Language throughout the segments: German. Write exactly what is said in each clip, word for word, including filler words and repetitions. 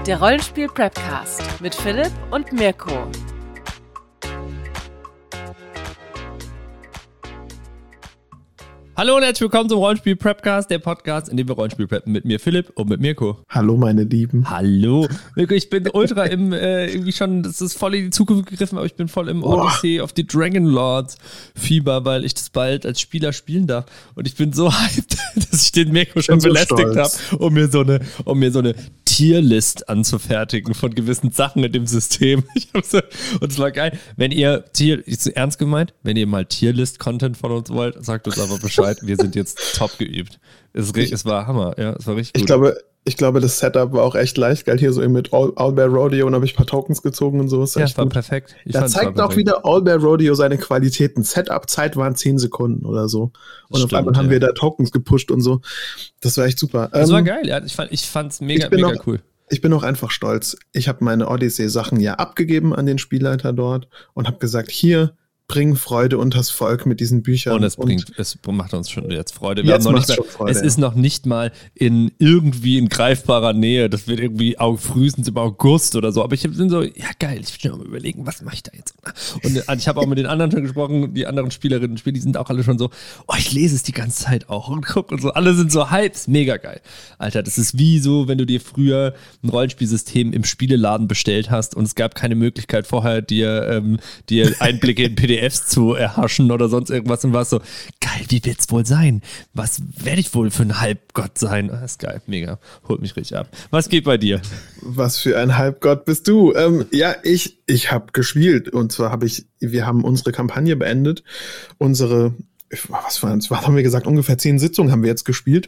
Der Rollenspiel-Prepcast mit Philipp und Mirko. Hallo und herzlich willkommen zum Rollenspiel-Prepcast, der Podcast, in dem wir Rollenspiel preppen mit mir Philipp und mit Mirko. Hallo meine Lieben. Hallo. Mirko, ich bin ultra im, äh, irgendwie schon, das ist voll in die Zukunft gegriffen, aber ich bin voll im Odyssey of the Dragon Lords Fieber, weil ich das bald als Spieler spielen darf. Und ich bin so hyped, dass ich den Mirko schon so belästigt habe, um mir so eine, um mir so eine Tierlist anzufertigen von gewissen Sachen in dem System. Ich hab so, und es war geil. Wenn ihr Tier, ist ernst gemeint, wenn ihr mal Tierlist-Content von uns wollt, sagt uns aber Bescheid. Wir sind jetzt top geübt. Es, es war Hammer, ja, es war richtig gut. Ich glaube, ich glaube, das Setup war auch echt leicht, geil. Hier so eben mit All, All Bear Rodeo und habe ich ein paar Tokens gezogen und so. Ist ja, echt war gut. perfekt. Ich da zeigt auch wieder All Bear Rodeo seine Qualitäten. Setup-Zeit waren zehn Sekunden oder so. Und Stimmt, auf einmal haben ja. wir da Tokens gepusht und so. Das war echt super. Das ähm, war geil, ja. Ich fand, ich fand's mega, mega auch, cool. Ich bin auch einfach stolz. Ich habe meine Odyssey-Sachen ja abgegeben an den Spielleiter dort und habe gesagt, hier, bring Freude unters Volk mit diesen Büchern. Und es bringt, und es macht uns schon jetzt Freude. Wir jetzt haben noch nicht mal, schon Freude, es ja. ist noch nicht mal in irgendwie in greifbarer Nähe. Das wird irgendwie auch frühestens im August oder so. Aber ich bin so, ja geil, ich will schon mal überlegen, was mache ich da jetzt? Und ich habe auch mit den anderen schon gesprochen, die anderen Spielerinnen und Spieler, die sind auch alle schon so, oh, ich lese es die ganze Zeit auch und guck und so. Alle sind so Hypes, mega geil. Alter, das ist wie so, wenn du dir früher ein Rollenspielsystem im Spieleladen bestellt hast und es gab keine Möglichkeit vorher, dir, ähm, dir Einblicke in P D Fs zu erhaschen oder sonst irgendwas und war so, geil, wie wird's wohl sein? Was werde ich wohl für ein Halbgott sein? Das ist geil, mega, holt mich richtig ab. Was geht bei dir? Was für ein Halbgott bist du? Ähm, ja, ich, ich habe gespielt und zwar habe ich, wir haben unsere Kampagne beendet, unsere, was war, was haben wir gesagt, ungefähr zehn Sitzungen haben wir jetzt gespielt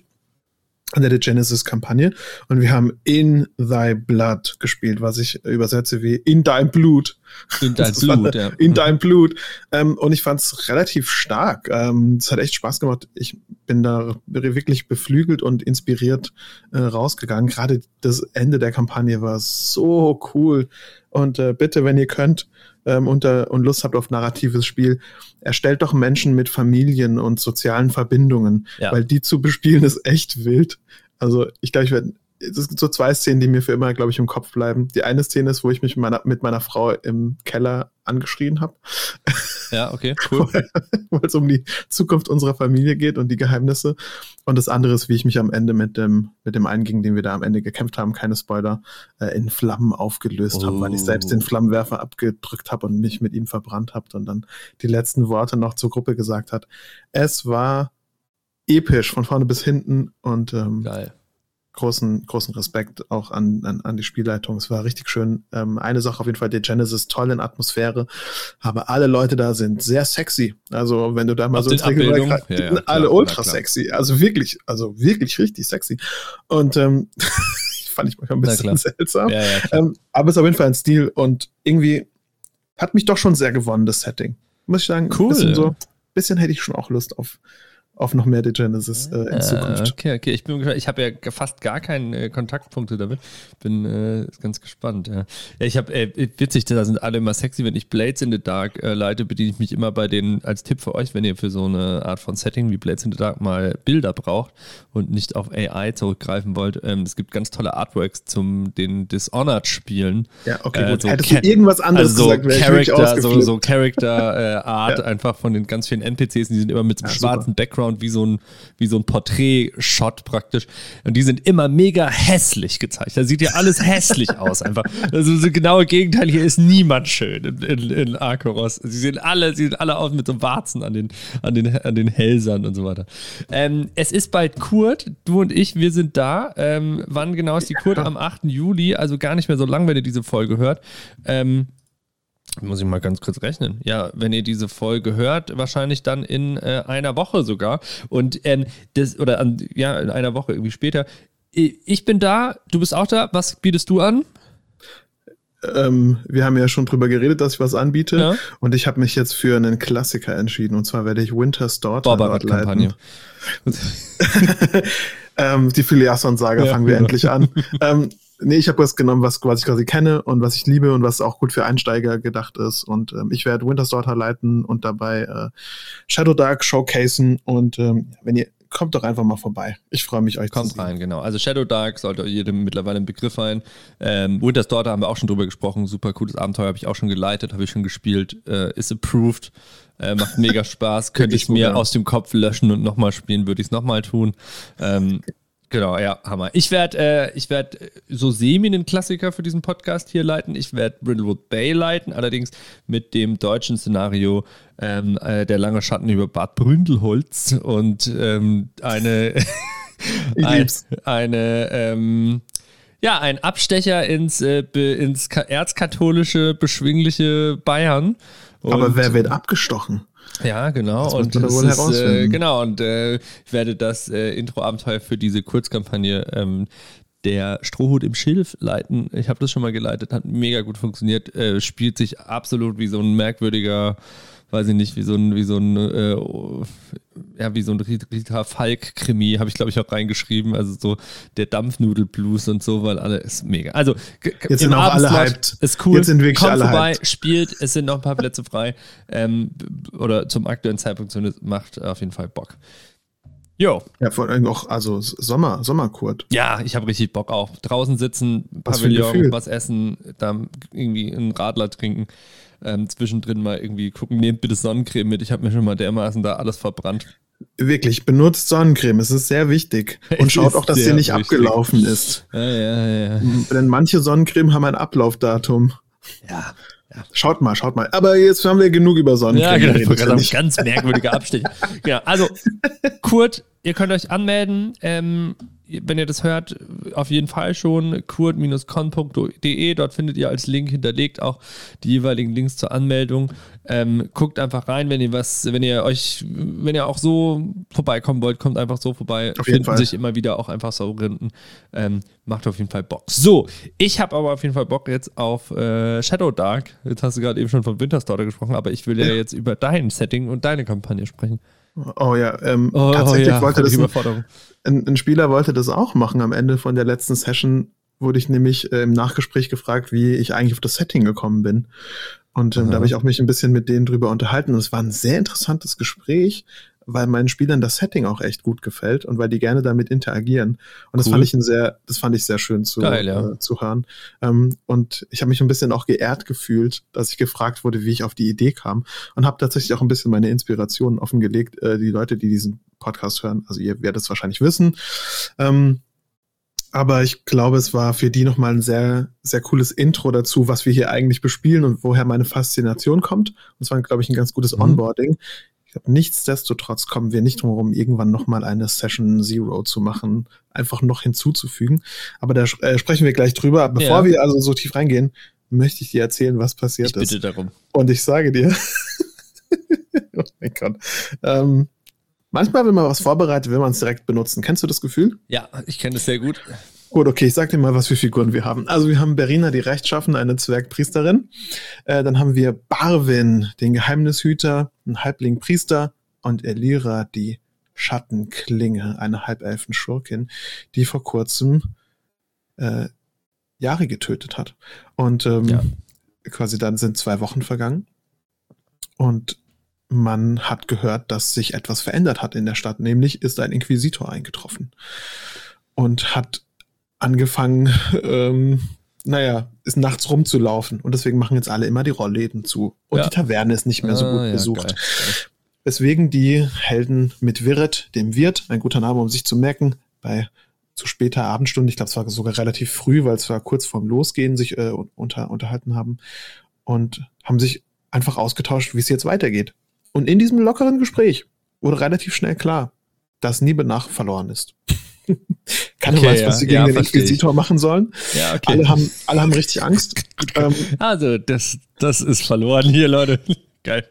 an der Genesis-Kampagne und wir haben In Thy Blood gespielt, was ich übersetze wie In dein Blut. In dein Blut, ja. In dein Blut. Ähm, und ich fand es relativ stark. Ähm, es hat echt Spaß gemacht. Ich bin da wirklich beflügelt und inspiriert äh, rausgegangen. Gerade das Ende der Kampagne war so cool. Und äh, bitte, wenn ihr könnt ähm, und, äh, und Lust habt auf narratives Spiel, erstellt doch Menschen mit Familien und sozialen Verbindungen, ja. Weil die zu bespielen ist echt wild. Also ich glaube, ich werde, es gibt so zwei Szenen, die mir für immer, glaube ich, im Kopf bleiben. Die eine Szene ist, wo ich mich mit meiner, mit meiner Frau im Keller angeschrien habe. Ja, okay, cool. Weil es um die Zukunft unserer Familie geht und die Geheimnisse. Und das andere ist, wie ich mich am Ende mit dem, mit dem einen, gegen den wir da am Ende gekämpft haben, keine Spoiler, äh, in Flammen aufgelöst oh. habe, weil ich selbst den Flammenwerfer abgedrückt habe und mich mit ihm verbrannt habe und dann die letzten Worte noch zur Gruppe gesagt hat. Es war episch, von vorne bis hinten und ähm, geil. Großen, großen Respekt auch an, an, an die Spielleitung. Es war richtig schön. Ähm, eine Sache auf jeden Fall, die Genesis toll in Atmosphäre, aber alle Leute da sind sehr sexy. Also wenn du da mal auf so ins Regelwerk rein, ja, ja, alle klar, ultra klar. sexy. Also wirklich, also wirklich richtig sexy. Und ähm, fand ich manchmal ein bisschen seltsam. Ja, ja, ähm, aber es ist auf jeden Fall ein Stil und irgendwie hat mich doch schon sehr gewonnen, das Setting. Muss ich sagen, cool. Ein bisschen, so, bisschen hätte ich schon auch Lust auf auf noch mehr The Genesis äh, in Zukunft. Okay, okay, ich bin gespannt. Ich habe ja fast gar keine äh, Kontaktpunkte damit. Bin äh, ganz gespannt. Ja, ja ich habe, äh, witzig, da sind alle immer sexy. Wenn ich Blades in the Dark äh, leite, bediene ich mich immer bei denen als Tipp für euch, wenn ihr für so eine Art von Setting wie Blades in the Dark mal Bilder braucht und nicht auf A I zurückgreifen wollt. Ähm, es gibt ganz tolle Artworks zum den Dishonored-Spielen. Ja, okay, äh, gut. so Hättest Ca- du irgendwas anderes also so gesagt, wäre Character, ich so, so Character-Art äh, ja. einfach von den ganz vielen N P Cs, die sind immer mit so einem ja, schwarzen super. Background wie so ein, wie so ein Porträt-Shot praktisch. Und die sind immer mega hässlich gezeichnet. Da sieht ja alles hässlich aus einfach. Also das genaue Gegenteil, hier ist niemand schön in, in, in Arkoros. Sie sehen alle, sie sehen alle aus mit so Warzen an den, an den, an den Hälsern und so weiter. Ähm, es ist bald Kurt, du und ich, wir sind da. Ähm, wann genau ist die Kurt? Am achten Juli, also gar nicht mehr so lang, wenn ihr diese Folge hört. Ähm, Muss ich mal ganz kurz rechnen. Ja, wenn ihr diese Folge hört, wahrscheinlich dann in äh, einer Woche sogar. Und ähm, das, oder an, ja, in einer Woche irgendwie später. Ich bin da, du bist auch da. Was bietest du an? Ähm, wir haben ja schon drüber geredet, dass ich was anbiete. Ja. Und ich habe mich jetzt für einen Klassiker entschieden. Und zwar werde ich Winter's Daughter dort leiten. ähm, die Filiason-Saga ja, fangen wir ja. endlich an. ähm, Nee, ich habe was genommen, was, was ich quasi kenne und was ich liebe und was auch gut für Einsteiger gedacht ist. Und ähm, ich werde Winter's Daughter leiten und dabei äh, Shadow Dark showcasen. Und ähm, wenn ihr kommt doch einfach mal vorbei. Ich freue mich, euch Kommt zu sehen. rein, genau. Also Shadow Dark sollte jedem mittlerweile ein Begriff sein. Ähm, Winter's Daughter haben wir auch schon drüber gesprochen. Super cooles Abenteuer, habe ich auch schon geleitet, habe ich schon gespielt. Äh, ist approved. Äh, macht mega Spaß. Könnte ich mir gut, ja. aus dem Kopf löschen und nochmal spielen, würde ich es nochmal tun. Ähm, Genau, ja, Hammer. Ich werde äh, ich werd so semi einen Klassiker für diesen Podcast hier leiten. Ich werde Brindlewood Bay leiten, allerdings mit dem deutschen Szenario ähm, äh, Der lange Schatten über Bad Bründelholz und ähm, eine, ein, eine ähm, ja, ein Abstecher ins, äh, be, ins erzkatholische, beschwingliche Bayern. Und aber wer wird abgestochen? Ja, genau. Das und das wohl ist, äh, genau, und äh, ich werde das äh, Intro-Abenteuer für diese Kurzkampagne ähm, Der Strohhut im Schilf leiten. Ich habe das schon mal geleitet, hat mega gut funktioniert, äh, spielt sich absolut wie so ein merkwürdiger, weiß ich nicht, wie so ein, wie so ein, äh, ja, wie so ein Rita Falk-Krimi, habe ich glaube ich auch reingeschrieben, also so der Dampfnudel-Blues und so, weil alle ist mega. Also jetzt sind auch alle hyped. Ist cool. Jetzt sind wirklich Kommt alle vorbei, hyped. Spielt, es sind noch ein paar Plätze frei, ähm, oder zum aktuellen Zeitpunkt zumindest, macht auf jeden Fall Bock. Jo. Ja, vor allem auch, also Sommer, Sommerkurt. Ja, ich habe richtig Bock auch. Draußen sitzen, Was für ein Pavillon, Gefühl. was essen, da irgendwie einen Radler trinken, ähm, zwischendrin mal irgendwie gucken, nehmt bitte Sonnencreme mit. Ich habe mir schon mal dermaßen da alles verbrannt. Wirklich, benutzt Sonnencreme, es ist sehr wichtig. Und Es schaut ist auch, dass sie sehr nicht wichtig. abgelaufen ist. Ja, ja, ja. Denn manche Sonnencreme haben ein Ablaufdatum. Ja. Schaut mal, schaut mal. Aber jetzt haben wir genug über Sonnencreme Ja, genau, ich geredet. wollte gerade finde sagen, ich. ganz merkwürdiger Abstich. Ja, also, Kurt, ihr könnt euch anmelden, ähm, wenn ihr das hört, auf jeden Fall schon, kurt Bindestrich con Punkt de, dort findet ihr als Link hinterlegt auch die jeweiligen Links zur Anmeldung. Ähm, guckt einfach rein, wenn ihr was, wenn ihr euch, wenn ihr auch so vorbeikommen wollt, kommt einfach so vorbei. Auf jeden Finden Fall. sich immer wieder auch einfach Saurinden. Ähm, macht auf jeden Fall Bock. So, ich habe aber auf jeden Fall Bock jetzt auf äh, Shadow Dark. Jetzt hast du gerade eben schon von Winter's Daughter gesprochen, aber ich will ja, Ja. jetzt über dein Setting und deine Kampagne sprechen. Oh ja, ähm, Oh, tatsächlich ja, wollte das die ein, Überforderung. ein, ein Spieler wollte das auch machen. Am Ende von der letzten Session wurde ich nämlich äh, im Nachgespräch gefragt, wie ich eigentlich auf das Setting gekommen bin. Und ähm, Aha. da habe ich auch mich ein bisschen mit denen drüber unterhalten. Und es war ein sehr interessantes Gespräch, weil meinen Spielern das Setting auch echt gut gefällt und weil die gerne damit interagieren. Und das Cool. fand ich ein sehr, das fand ich sehr schön zu, Geil, ja. äh, zu hören. Ähm, und ich habe mich ein bisschen auch geehrt gefühlt, dass ich gefragt wurde, wie ich auf die Idee kam, und habe tatsächlich auch ein bisschen meine Inspirationen offengelegt. Äh, die Leute, die diesen Podcast hören, also ihr werdet es wahrscheinlich wissen. Ähm, aber ich glaube, es war für die nochmal ein sehr, sehr cooles Intro dazu, was wir hier eigentlich bespielen und woher meine Faszination kommt. Und es war, glaube ich, ein ganz gutes Mhm. Onboarding. Ich glaube, nichtsdestotrotz kommen wir nicht drum herum, irgendwann nochmal eine Session Zero zu machen, einfach noch hinzuzufügen. Aber da äh, sprechen wir gleich drüber. Bevor Ja. wir also so tief reingehen, möchte ich dir erzählen, was passiert Ich bitte ist. darum. Und ich sage dir, oh mein Gott, ähm, manchmal, wenn man was vorbereitet, will man es direkt benutzen. Kennst du das Gefühl? Ja, ich kenne das sehr gut. Gut, okay, ich sag dir mal, was für Figuren wir haben. Also wir haben Berina, die Rechtschaffene, eine Zwergpriesterin. Äh, dann haben wir Barwin, den Geheimnishüter, einen Halbling-Priester, und Elira, die Schattenklinge, eine Halbelfen-Schurkin, die vor kurzem äh, Jahre getötet hat. Und ähm, Ja. quasi dann sind zwei Wochen vergangen und man hat gehört, dass sich etwas verändert hat in der Stadt. Nämlich ist ein Inquisitor eingetroffen und hat angefangen, ähm, naja, ist nachts rumzulaufen. Und deswegen machen jetzt alle immer die Rollläden zu. Und Ja. die Taverne ist nicht mehr so Ah, gut ja, besucht. geil. Weswegen die Helden mit Wirt, dem Wirt, ein guter Name, um sich zu merken, bei zu später Abendstunde, ich glaube, es war sogar relativ früh, weil es war kurz vorm Losgehen, sich äh, unter, unterhalten haben und haben sich einfach ausgetauscht, wie es jetzt weitergeht. Und in diesem lockeren Gespräch wurde relativ schnell klar, dass Niebenach verloren ist. Keiner Okay, weiß, ja. was sie gegen Ja, den verstehe ich. Inquisitor machen sollen. Ja, okay. Alle haben, alle haben richtig Angst. ähm, Also, das, das ist verloren hier, Leute. Geil.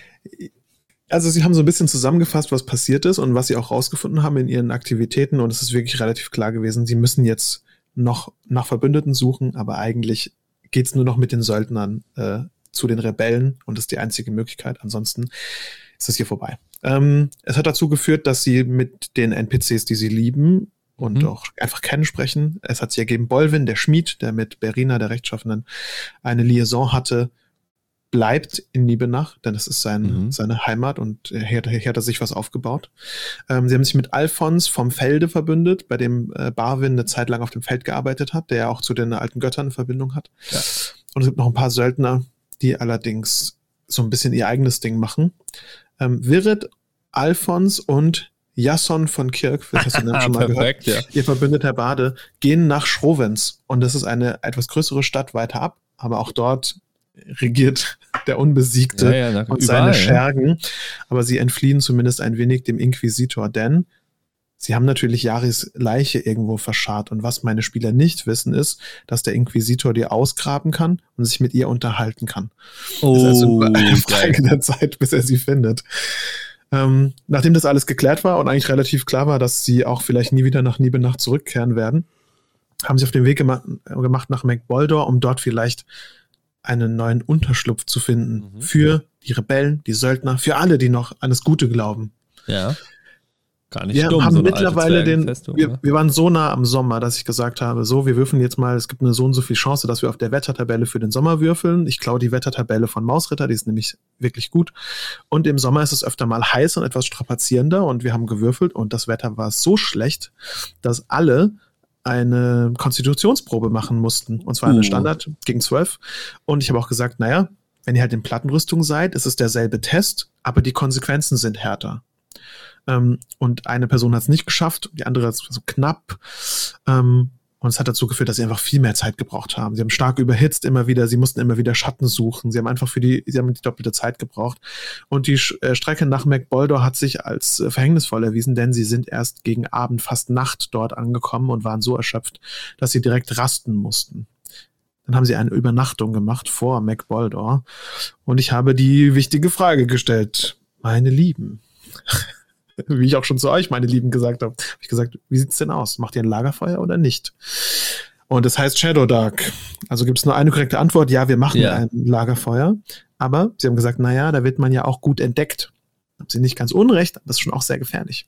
Also sie haben so ein bisschen zusammengefasst, was passiert ist und was sie auch rausgefunden haben in ihren Aktivitäten, und es ist wirklich relativ klar gewesen, sie müssen jetzt noch nach Verbündeten suchen, aber eigentlich geht's nur noch mit den Söldnern äh, zu den Rebellen, und das ist die einzige Möglichkeit. Ansonsten ist es hier vorbei. Ähm, es hat dazu geführt, dass sie mit den N P Cs, die sie lieben und Mhm. auch einfach kennen, sprechen. Es hat sich ergeben, Bolwin, der Schmied, der mit Berina, der Rechtschaffenen, eine Liaison hatte, bleibt in Niebenach, denn das ist sein, Mhm. seine Heimat und hier, hat- hier hat er sich was aufgebaut. Ähm, sie haben sich mit Alfons vom Felde verbündet, bei dem äh, Barwin eine Zeit lang auf dem Feld gearbeitet hat, der ja auch zu den alten Göttern eine Verbindung hat. Ja. Und es gibt noch ein paar Söldner, die allerdings so ein bisschen ihr eigenes Ding machen. Ähm, Virid, Alfons und Jasson von Kirk, vielleicht hast du den Namen schon mal gehört, Perfekt, ja. ihr verbündeter Bade, gehen nach Schrovens. Und das ist eine etwas größere Stadt weiter ab, aber auch dort regiert der Unbesiegte Ja, ja, na, und überall, seine ja. Schergen. Aber sie entfliehen zumindest ein wenig dem Inquisitor, denn sie haben natürlich Jaris Leiche irgendwo verscharrt. Und was meine Spieler nicht wissen, ist, dass der Inquisitor die ausgraben kann und sich mit ihr unterhalten kann. Oh, Das ist also nur eine Frage geil. der Zeit, bis er sie findet. Ähm, nachdem das alles geklärt war und eigentlich relativ klar war, dass sie auch vielleicht nie wieder nach Niebenach zurückkehren werden, haben sie auf den Weg gemacht, gemacht nach McBoldor, um dort vielleicht einen neuen Unterschlupf zu finden. Mhm. Für die Rebellen, die Söldner, für alle, die noch an das Gute glauben. Ja. Gar nicht Wir dumm, haben so eine mittlerweile alte den, Zwergenfestung, wir, ne? wir waren so nah am Sommer, dass ich gesagt habe, so, wir würfeln jetzt mal, es gibt eine so und so viel Chance, dass wir auf der Wettertabelle für den Sommer würfeln. Ich klaue die Wettertabelle von Mausritter, die ist nämlich wirklich gut. Und im Sommer ist es öfter mal heiß und etwas strapazierender und wir haben gewürfelt und das Wetter war so schlecht, dass alle eine Konstitutionsprobe machen mussten. Und zwar eine Uh. Standard gegen zwölf. Und ich habe auch gesagt, naja, wenn ihr halt in Plattenrüstung seid, ist es derselbe Test, aber die Konsequenzen sind härter. Ähm, und eine Person hat es nicht geschafft, die andere ist so knapp. Ähm, und es hat dazu geführt, dass sie einfach viel mehr Zeit gebraucht haben. Sie haben stark überhitzt immer wieder, sie mussten immer wieder Schatten suchen. Sie haben einfach für die, sie haben die doppelte Zeit gebraucht. Und die äh, Strecke nach McBoldor hat sich als äh, verhängnisvoll erwiesen, denn sie sind erst gegen Abend, fast Nacht dort angekommen und waren so erschöpft, dass sie direkt rasten mussten. Dann haben sie eine Übernachtung gemacht vor McBoldor. Und ich habe die wichtige Frage gestellt. Meine Lieben, wie ich auch schon zu euch, meine Lieben, gesagt habe, habe ich gesagt, wie sieht's denn aus? Macht ihr ein Lagerfeuer oder nicht? Und das heißt Shadowdark. Also gibt es nur eine korrekte Antwort, ja, wir machen Ja. ein Lagerfeuer. Aber sie haben gesagt, naja, da wird man ja auch gut entdeckt. Haben sie nicht ganz unrecht, aber das ist schon auch sehr gefährlich.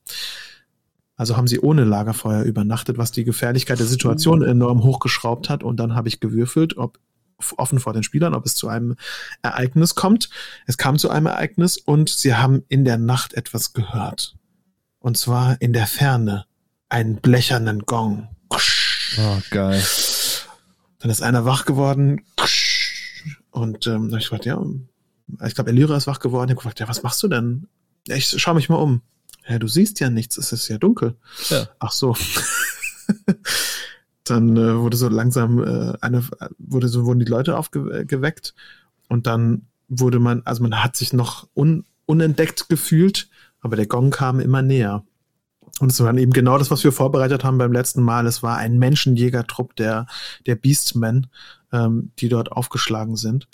Also haben sie ohne Lagerfeuer übernachtet, was die Gefährlichkeit der Situation enorm hochgeschraubt hat. Und dann habe ich gewürfelt, ob offen vor den Spielern, ob es zu einem Ereignis kommt. Es kam zu einem Ereignis und sie haben in der Nacht etwas gehört. Und zwar in der Ferne einen blechernen Gong. Oh, geil. Dann ist einer wach geworden und ähm, dann hab ich gefragt, ja, ich glaube, Elira ist wach geworden. Ich habe gefragt, ja, was machst du denn? Ja, ich schau mich mal um. Ja, du siehst ja nichts, es ist ja dunkel. Ja. Ach so. Dann äh, wurde so langsam äh, eine, wurde so, wurden die Leute aufgeweckt und dann wurde man, also man hat sich noch un, unentdeckt gefühlt, aber der Gong kam immer näher. Und es war dann eben genau das, was wir vorbereitet haben beim letzten Mal. Es war ein Menschenjägertrupp der, der Beastmen, ähm, die dort aufgeschlagen sind.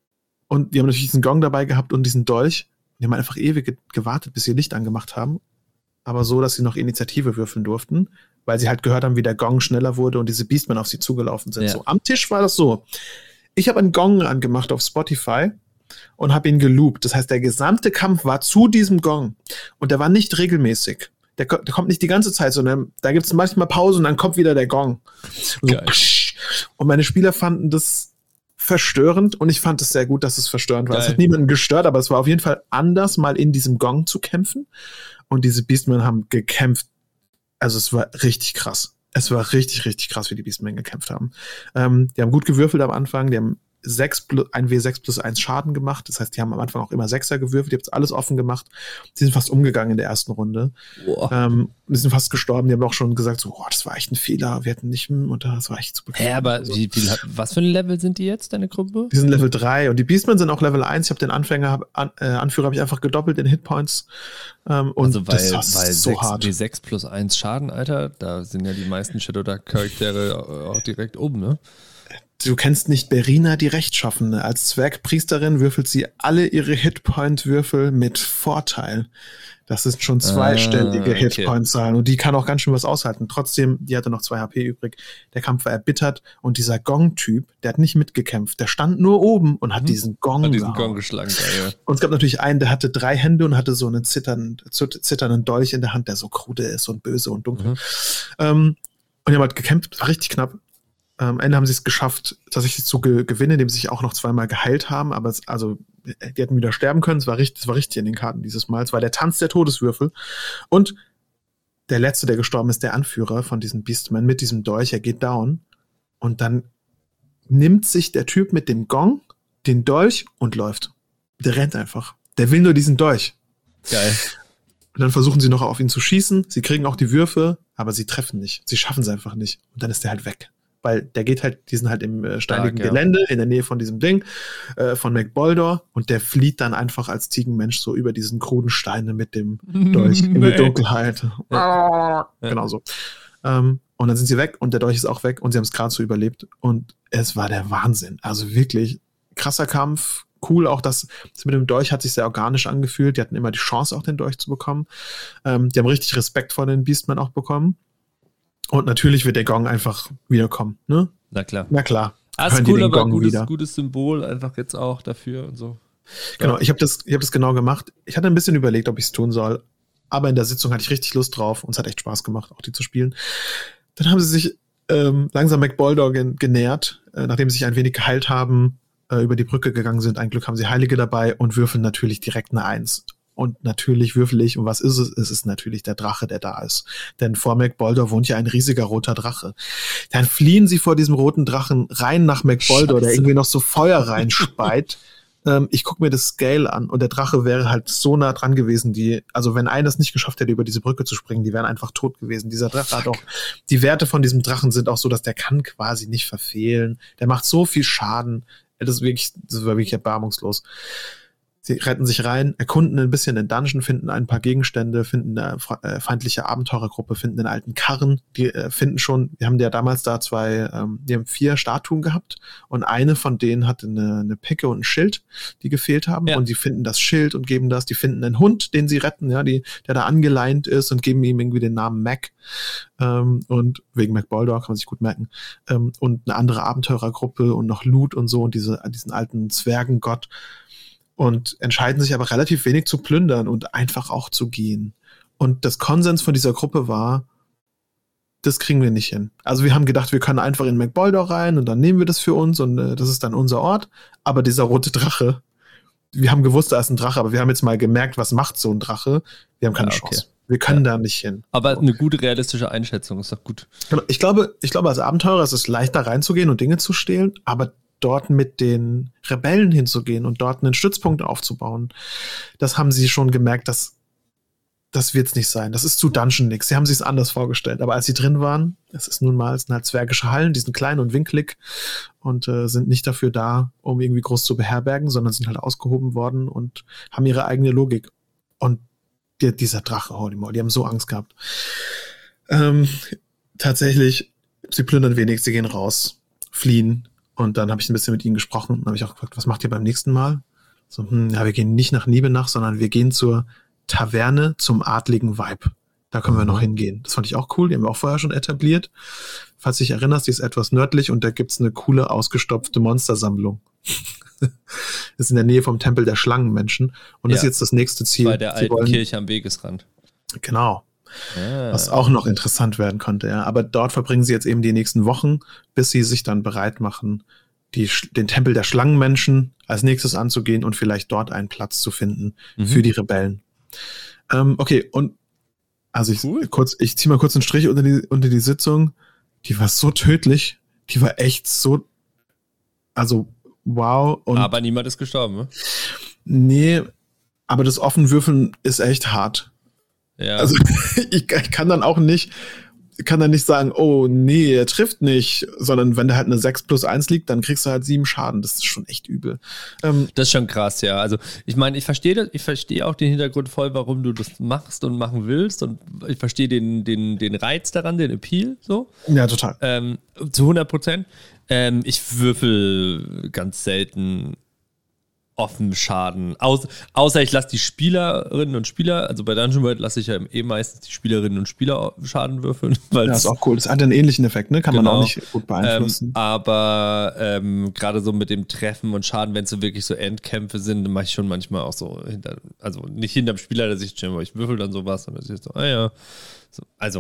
Und die haben natürlich diesen Gong dabei gehabt und diesen Dolch. Die haben einfach ewig gewartet, bis sie Licht angemacht haben. Aber so, dass sie noch Initiative würfeln durften, weil sie halt gehört haben, wie der Gong schneller wurde und diese Beastmen auf sie zugelaufen sind. Ja. So, am Tisch war das so. Ich habe einen Gong angemacht auf Spotify und habe ihn geloopt. Das heißt, der gesamte Kampf war zu diesem Gong. Und der war nicht regelmäßig. Der, der kommt nicht die ganze Zeit, sondern da gibt es manchmal Pause und dann kommt wieder der Gong. Und, so, Geil. und meine Spieler fanden das verstörend und ich fand es sehr gut, dass es verstörend war. Geil. Es hat niemanden gestört, aber es war auf jeden Fall anders, mal in diesem Gong zu kämpfen. Und diese Beastmen haben gekämpft. Also es war richtig krass. Es war richtig, richtig krass, wie die Beastmen gekämpft haben. Ähm, die haben gut gewürfelt am Anfang. Die haben sechs plus, ein W sechs plus eins Schaden gemacht. Das heißt, die haben am Anfang auch immer Sechser gewürfelt. Die haben alles offen gemacht. Die sind fast umgegangen in der ersten Runde. Boah. Ähm, die sind fast gestorben. Die haben auch schon gesagt, so, boah, das war echt ein Fehler. Wir hätten nicht, und das war echt super. Hä, aber wie, wie, was für ein Level sind die jetzt, deine Gruppe? Die sind Level drei und die Beastmen sind auch Level eins. Ich habe den Anfänger, hab, an, äh, Anführer habe ich einfach gedoppelt in Hitpoints. Ähm, und Also weil, das war weil so sechs, hart. W sechs plus eins Schaden, Alter, da sind ja die meisten Shadowdark-Charaktere auch direkt oben, ne? Du kennst nicht Berina, die Rechtschaffene. Als Zwergpriesterin würfelt sie alle ihre Hitpoint-Würfel mit Vorteil. Das sind schon zweistellige Ah, okay. Hitpoint-Zahlen und die kann auch ganz schön was aushalten. Trotzdem, die hatte noch zwei H P übrig. Der Kampf war erbittert und dieser Gong-Typ, der hat nicht mitgekämpft. Der stand nur oben und hat Mhm. diesen Gong Hat diesen gehauen. Gong geschlagen, geil. Und es gab natürlich einen, der hatte drei Hände und hatte so einen zitternden, zitternden Dolch in der Hand, der so krude ist und böse und dunkel. Mhm. Ähm, und die haben halt gekämpft, war richtig knapp. Am Ende haben sie es geschafft, tatsächlich zu ge- gewinnen, indem sie sich auch noch zweimal geheilt haben. Aber es, also, die hätten wieder sterben können. Es war richtig, es war richtig in den Karten dieses Mal. Es war der Tanz der Todeswürfel. Und der Letzte, der gestorben ist, der Anführer von diesem Beastman mit diesem Dolch, er geht down. Und dann nimmt sich der Typ mit dem Gong den Dolch und läuft. Der rennt einfach. Der will nur diesen Dolch. Geil. Und dann versuchen sie noch auf ihn zu schießen. Sie kriegen auch die Würfe, aber sie treffen nicht. Sie schaffen es einfach nicht. Und dann ist der halt weg. Weil der geht halt, die sind halt im äh, steinigen Stark, ja. Gelände in der Nähe von diesem Ding, äh, von McBoldor, und der flieht dann einfach als Ziegenmensch so über diesen kruden Steine mit dem Dolch in die Dunkelheit. Ja. Genau so. Ähm, und dann sind sie weg und der Dolch ist auch weg und sie haben es gerade so überlebt. Und es war der Wahnsinn. Also wirklich krasser Kampf. Cool, auch das, das mit dem Dolch hat sich sehr organisch angefühlt. Die hatten immer die Chance, auch den Dolch zu bekommen. Ähm, die haben richtig Respekt vor den Beastmen auch bekommen. Und natürlich wird der Gong einfach wiederkommen, ne? Na klar. Na klar. Ah, ist cool, aber gutes, gutes Symbol einfach jetzt auch dafür und so. Genau, ich habe das, ich hab das genau gemacht. Ich hatte ein bisschen überlegt, ob ich es tun soll. Aber in der Sitzung hatte ich richtig Lust drauf und es hat echt Spaß gemacht, auch die zu spielen. Dann haben sie sich ähm, langsam McBoldor gen- genähert, äh, nachdem sie sich ein wenig geheilt haben, äh, über die Brücke gegangen sind. Ein Glück haben sie Heilige dabei und würfeln natürlich direkt eine Eins. Und natürlich würfel ich, und was ist es? Es ist natürlich der Drache, der da ist. Denn vor McBoldor wohnt ja ein riesiger roter Drache. Dann fliehen sie vor diesem roten Drachen rein nach McBoldor, der irgendwie noch so Feuer reinspeit. ähm, ich gucke mir das Scale an und der Drache wäre halt so nah dran gewesen, die, also wenn einer es nicht geschafft hätte, über diese Brücke zu springen, die wären einfach tot gewesen. Dieser Drache hat auch, die Werte von diesem Drachen sind auch so, dass der kann quasi nicht verfehlen. Der macht so viel Schaden. Das ist wirklich, das war wirklich erbarmungslos. Sie retten sich rein, erkunden ein bisschen den Dungeon, finden ein paar Gegenstände, finden eine äh, feindliche Abenteurergruppe, finden den alten Karren, die äh, finden schon, wir haben ja damals da zwei, ähm, die haben vier Statuen gehabt und eine von denen hatte eine, eine Picke und ein Schild, die gefehlt haben, ja. Und die finden das Schild und geben das, die finden einen Hund, den sie retten, ja, die, der da angeleint ist, und geben ihm irgendwie den Namen Mac, ähm, und wegen McBoldor kann man sich gut merken, ähm, und eine andere Abenteurergruppe und noch Loot und so und diese, diesen alten Zwergengott. Und entscheiden sich aber relativ wenig zu plündern und einfach auch zu gehen. Und das Konsens von dieser Gruppe war, das kriegen wir nicht hin. Also wir haben gedacht, wir können einfach in McBoldor rein und dann nehmen wir das für uns und äh, das ist dann unser Ort. Aber dieser rote Drache, wir haben gewusst, da ist ein Drache, aber wir haben jetzt mal gemerkt, was macht so ein Drache. Wir haben keine ja, okay. Chance. Wir können ja. da nicht hin. Aber eine gute realistische Einschätzung ist doch gut. Ich glaube, ich glaube, als Abenteurer ist es leichter reinzugehen und Dinge zu stehlen, aber dort mit den Rebellen hinzugehen und dort einen Stützpunkt aufzubauen, das haben sie schon gemerkt, dass das wird's nicht sein. Das ist zu Dungeon-Nix. Sie haben sich es anders vorgestellt. Aber als sie drin waren, es ist nun mal, es sind halt zwergische Hallen, die sind klein und winklig und äh, sind nicht dafür da, um irgendwie groß zu beherbergen, sondern sind halt ausgehoben worden und haben ihre eigene Logik. Und die, dieser Drache, holy moly, die haben so Angst gehabt. Ähm, tatsächlich, sie plündern wenig, sie gehen raus, fliehen. Und dann habe ich ein bisschen mit ihnen gesprochen und habe ich auch gefragt, was macht ihr beim nächsten Mal? So, hm, ja, wir gehen nicht nach Niebenach, sondern wir gehen zur Taverne zum adligen Weib. Da können wir noch hingehen. Das fand ich auch cool, die haben wir auch vorher schon etabliert. Falls du dich erinnerst, die ist etwas nördlich und da gibt's eine coole, ausgestopfte Monstersammlung. Das ist in der Nähe vom Tempel der Schlangenmenschen und das ja. ist jetzt das nächste Ziel. Bei der alten wollen, Kirche am Wegesrand. Genau. Ah. Was auch noch interessant werden konnte, ja. Aber dort verbringen sie jetzt eben die nächsten Wochen, bis sie sich dann bereit machen, die, den Tempel der Schlangenmenschen als nächstes anzugehen und vielleicht dort einen Platz zu finden mhm. für die Rebellen. Ähm, okay, und also ich cool. kurz, ich zieh mal kurz einen Strich unter die, unter die Sitzung. Die war so tödlich. Die war echt so, also wow. Und aber niemand ist gestorben, ne? Nee, aber das Offenwürfeln ist echt hart. Ja. Also ich, ich kann dann auch nicht, kann dann nicht sagen, oh nee, er trifft nicht, sondern wenn da halt eine sechs plus eins liegt, dann kriegst du halt sieben Schaden. Das ist schon echt übel. Ähm, das ist schon krass, ja. Also ich meine, ich verstehe das, ich verstehe auch den Hintergrund voll, warum du das machst und machen willst, und ich verstehe den, den, den Reiz daran, den Appeal, so. Ja, total. Ähm, zu hundert Prozent. Ähm, ich würfel ganz selten offen Schaden. Aus, außer ich lasse die Spielerinnen und Spieler, also bei Dungeon World lasse ich ja eh meistens die Spielerinnen und Spieler Schaden würfeln. Ja, ist auch cool. Das hat einen ähnlichen Effekt, ne? Kann genau. man auch nicht gut beeinflussen. Ähm, aber ähm, gerade so mit dem Treffen und Schaden, wenn es so wirklich so Endkämpfe sind, dann mache ich schon manchmal auch so hinter, also nicht hinterm Spieler, der sich stellen, aber ich würfel dann sowas und dann ist so, ah ja. So, also,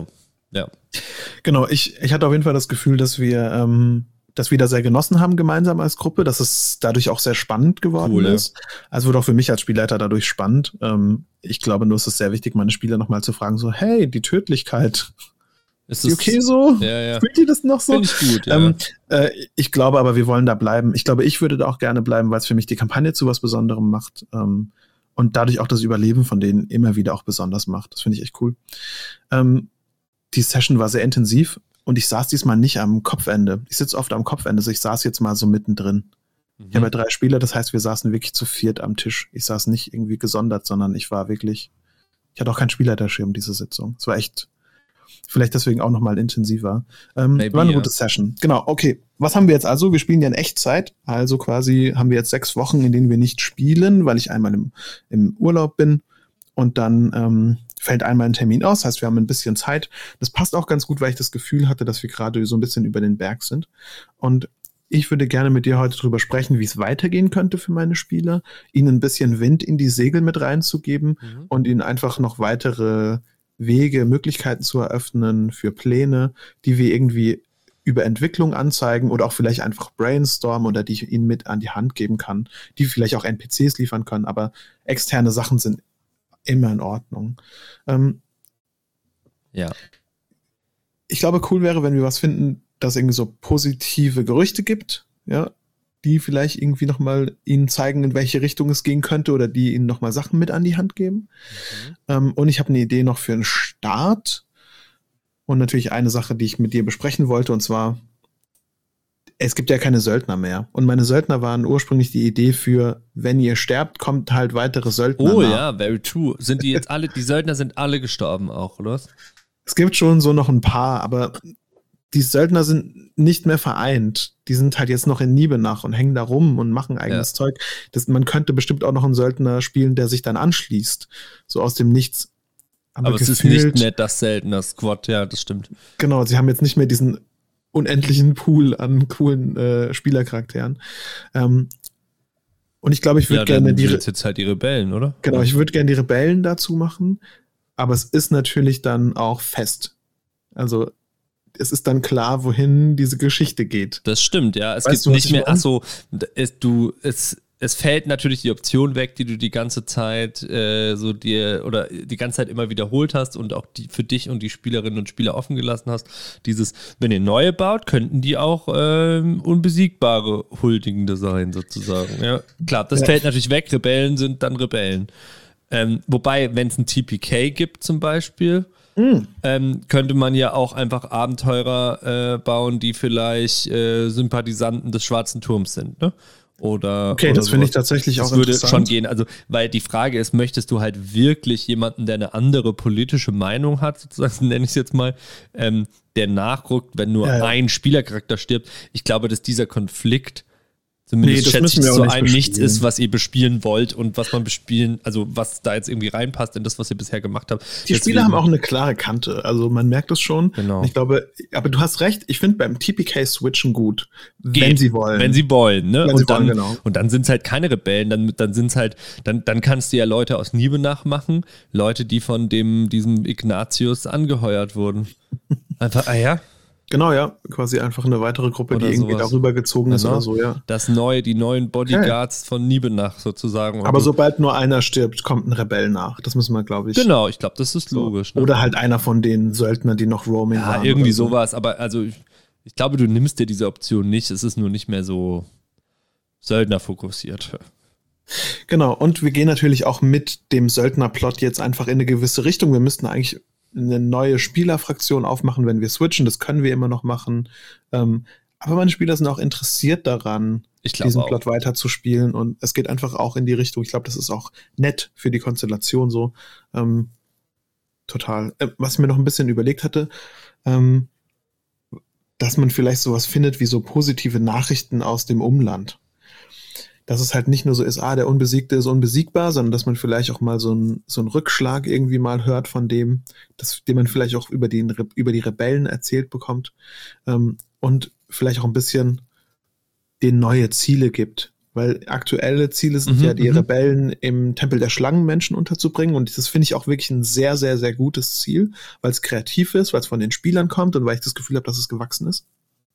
Ja. Genau, ich, ich hatte auf jeden Fall das Gefühl, dass wir ähm, das wieder sehr genossen haben gemeinsam als Gruppe, dass es dadurch auch sehr spannend geworden Cool, ja. ist. Also wurde auch für mich als Spielleiter dadurch spannend. Ähm, ich glaube nur, es ist sehr wichtig, meine Spieler nochmal zu fragen, so, hey, die Tödlichkeit, Ist ist die okay so? Ja, ja. Fühlt ihr das noch so? Finde ich gut, ja. Ähm, äh, ich glaube aber, wir wollen da bleiben. Ich glaube, ich würde da auch gerne bleiben, weil es für mich die Kampagne zu was Besonderem macht. Ähm, und dadurch auch das Überleben von denen immer wieder auch besonders macht. Das finde ich echt cool. Ähm, die Session war sehr intensiv und ich saß diesmal nicht am Kopfende. Ich sitze oft am Kopfende, also ich saß jetzt mal so mittendrin. Mhm. Ich habe ja drei Spieler, das heißt, wir saßen wirklich zu viert am Tisch. Ich saß nicht irgendwie gesondert, sondern ich war wirklich, ich hatte auch keinen Spielleiterschirm, diese Sitzung. Es war echt, vielleicht deswegen auch nochmal intensiver. Ähm, Maybe, war eine ja. gute Session. Genau, okay. Was haben wir jetzt also? Wir spielen ja in Echtzeit. Also quasi haben wir jetzt sechs Wochen, in denen wir nicht spielen, weil ich einmal im, im Urlaub bin. Und dann ähm, fällt einmal ein Termin aus. Das heißt, wir haben ein bisschen Zeit. Das passt auch ganz gut, weil ich das Gefühl hatte, dass wir gerade so ein bisschen über den Berg sind. Und ich würde gerne mit dir heute drüber sprechen, wie es weitergehen könnte für meine Spieler, ihnen ein bisschen Wind in die Segel mit reinzugeben Mhm. und ihnen einfach noch weitere Wege, Möglichkeiten zu eröffnen für Pläne, die wir irgendwie über Entwicklung anzeigen oder auch vielleicht einfach brainstormen oder die ich ihnen mit an die Hand geben kann, die vielleicht auch N P Cs liefern können, aber externe Sachen sind immer in Ordnung. Ähm, Ja. ich glaube, cool wäre, wenn wir was finden, das irgendwie so positive Gerüchte gibt, ja, die vielleicht irgendwie nochmal ihnen zeigen, in welche Richtung es gehen könnte oder die ihnen nochmal Sachen mit an die Hand geben. Mhm. Ähm, und ich habe eine Idee noch für einen Start und natürlich eine Sache, die ich mit dir besprechen wollte, und zwar, es gibt ja keine Söldner mehr. Und meine Söldner waren ursprünglich die Idee für, wenn ihr sterbt, kommt halt weitere Söldner Oh nach. ja, very true. Sind die jetzt alle, die Söldner sind alle gestorben auch, oder was? Es gibt schon so noch ein paar, aber die Söldner sind nicht mehr vereint. Die sind halt jetzt noch in Niebenach und hängen da rum und machen eigenes Ja. Zeug. Das, man könnte bestimmt auch noch einen Söldner spielen, der sich dann anschließt. So aus dem Nichts. Aber, Aber es ist nicht mehr das Söldner Squad, ja, das stimmt. Genau, sie haben jetzt nicht mehr diesen unendlichen Pool an coolen äh, Spielercharakteren. Ähm, und ich glaube, ich würde ja, gerne dann die sind jetzt halt die Rebellen, oder? Genau, ich würde gerne die Rebellen dazu machen, aber es ist natürlich dann auch fest. Also es ist dann klar, wohin diese Geschichte geht. Das stimmt, ja. Es Weißt gibt du, was nicht ich mehr, meine? ach so, es, du, es, es fällt natürlich die Option weg, die du die ganze Zeit äh, so dir oder die ganze Zeit immer wiederholt hast und auch die für dich und die Spielerinnen und Spieler offen gelassen hast. Dieses, wenn ihr neue baut, könnten die auch ähm, unbesiegbare Huldigende sein, sozusagen. Ja, klar, das Ja. fällt natürlich weg. Rebellen sind dann Rebellen. Ähm, wobei, wenn es ein T P K gibt zum Beispiel, Mhm. ähm, könnte man ja auch einfach Abenteurer äh, bauen, die vielleicht äh, Sympathisanten des Schwarzen Turms sind, ne? Oder, Okay, oder das finde ich sowas. tatsächlich Das auch würde interessant. schon gehen. Also, weil die Frage ist, möchtest du halt wirklich jemanden, der eine andere politische Meinung hat, sozusagen nenne ich es jetzt mal, ähm, der nachrückt, wenn nur Ja, ja. ein Spielercharakter stirbt? Ich glaube, dass dieser Konflikt Nee, zumindest das schätze ich müssen wir auch so nicht ein nichts bespielen. ist, was ihr bespielen wollt und was man bespielen, also was da jetzt irgendwie reinpasst in das, was ihr bisher gemacht habt. Die Spieler haben auch eine klare Kante, also man merkt es schon. Genau. Ich glaube, aber du hast recht, ich finde beim T P K switchen gut, Geht, wenn sie wollen. Wenn sie wollen, ne? Wenn und sie dann, wollen, genau. und dann sind es halt keine Rebellen, dann, dann sind es halt, dann, dann kannst du ja Leute aus Niebenach machen, Leute, die von dem, diesem Ignatius angeheuert wurden. Einfach, ah ja, Genau, ja, quasi einfach eine weitere Gruppe, Oder die irgendwie sowas. darüber gezogen ist Genau. oder so, ja. das neue, die neuen Bodyguards von Niebenach sozusagen. Aber Also, sobald nur einer stirbt, kommt ein Rebell nach. Das müssen wir, glaube ich. genau, ich glaube, das ist so. logisch. Ne? Oder halt einer von den Söldnern, die noch Roaming ja, waren. irgendwie oder so. sowas, aber also ich, ich glaube, du nimmst dir diese Option nicht, es ist nur nicht mehr so Söldner fokussiert. Genau, und wir gehen natürlich auch mit dem Söldnerplot jetzt einfach in eine gewisse Richtung. Wir müssten eigentlich eine neue Spielerfraktion aufmachen, wenn wir switchen. Das können wir immer noch machen. Ähm, aber meine Spieler sind auch interessiert daran, Ich glaube diesen auch. Plot weiterzuspielen. Und es geht einfach auch in die Richtung. Ich glaube, das ist auch nett für die Konstellation so. Ähm, total. Äh, was ich mir noch ein bisschen überlegt hatte, ähm, dass man vielleicht sowas findet wie so positive Nachrichten aus dem Umland. Dass es halt nicht nur so ist, ah, der Unbesiegte ist unbesiegbar, sondern dass man vielleicht auch mal so einen so einen Rückschlag irgendwie mal hört von dem, das, den man vielleicht auch über, den, Re- über die Rebellen erzählt bekommt, ähm, und vielleicht auch ein bisschen denen neue Ziele gibt. Weil aktuelle Ziele sind Mhm, ja, die mhm. Rebellen im Tempel der Schlangenmenschen unterzubringen. Und das finde ich auch wirklich ein sehr, sehr, sehr gutes Ziel, weil es kreativ ist, weil es von den Spielern kommt und weil ich das Gefühl habe, dass es gewachsen ist.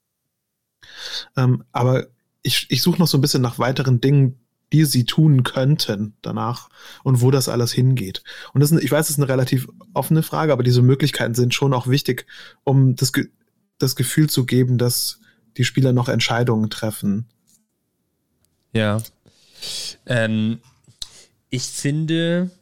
Ähm, aber ich, ich suche noch so ein bisschen nach weiteren Dingen, die sie tun könnten danach und wo das alles hingeht. Und das ist, ich weiß, das ist eine relativ offene Frage, aber diese Möglichkeiten sind schon auch wichtig, um das, Ge- das Gefühl zu geben, dass die Spieler noch Entscheidungen treffen. Ja. Ähm, ich finde,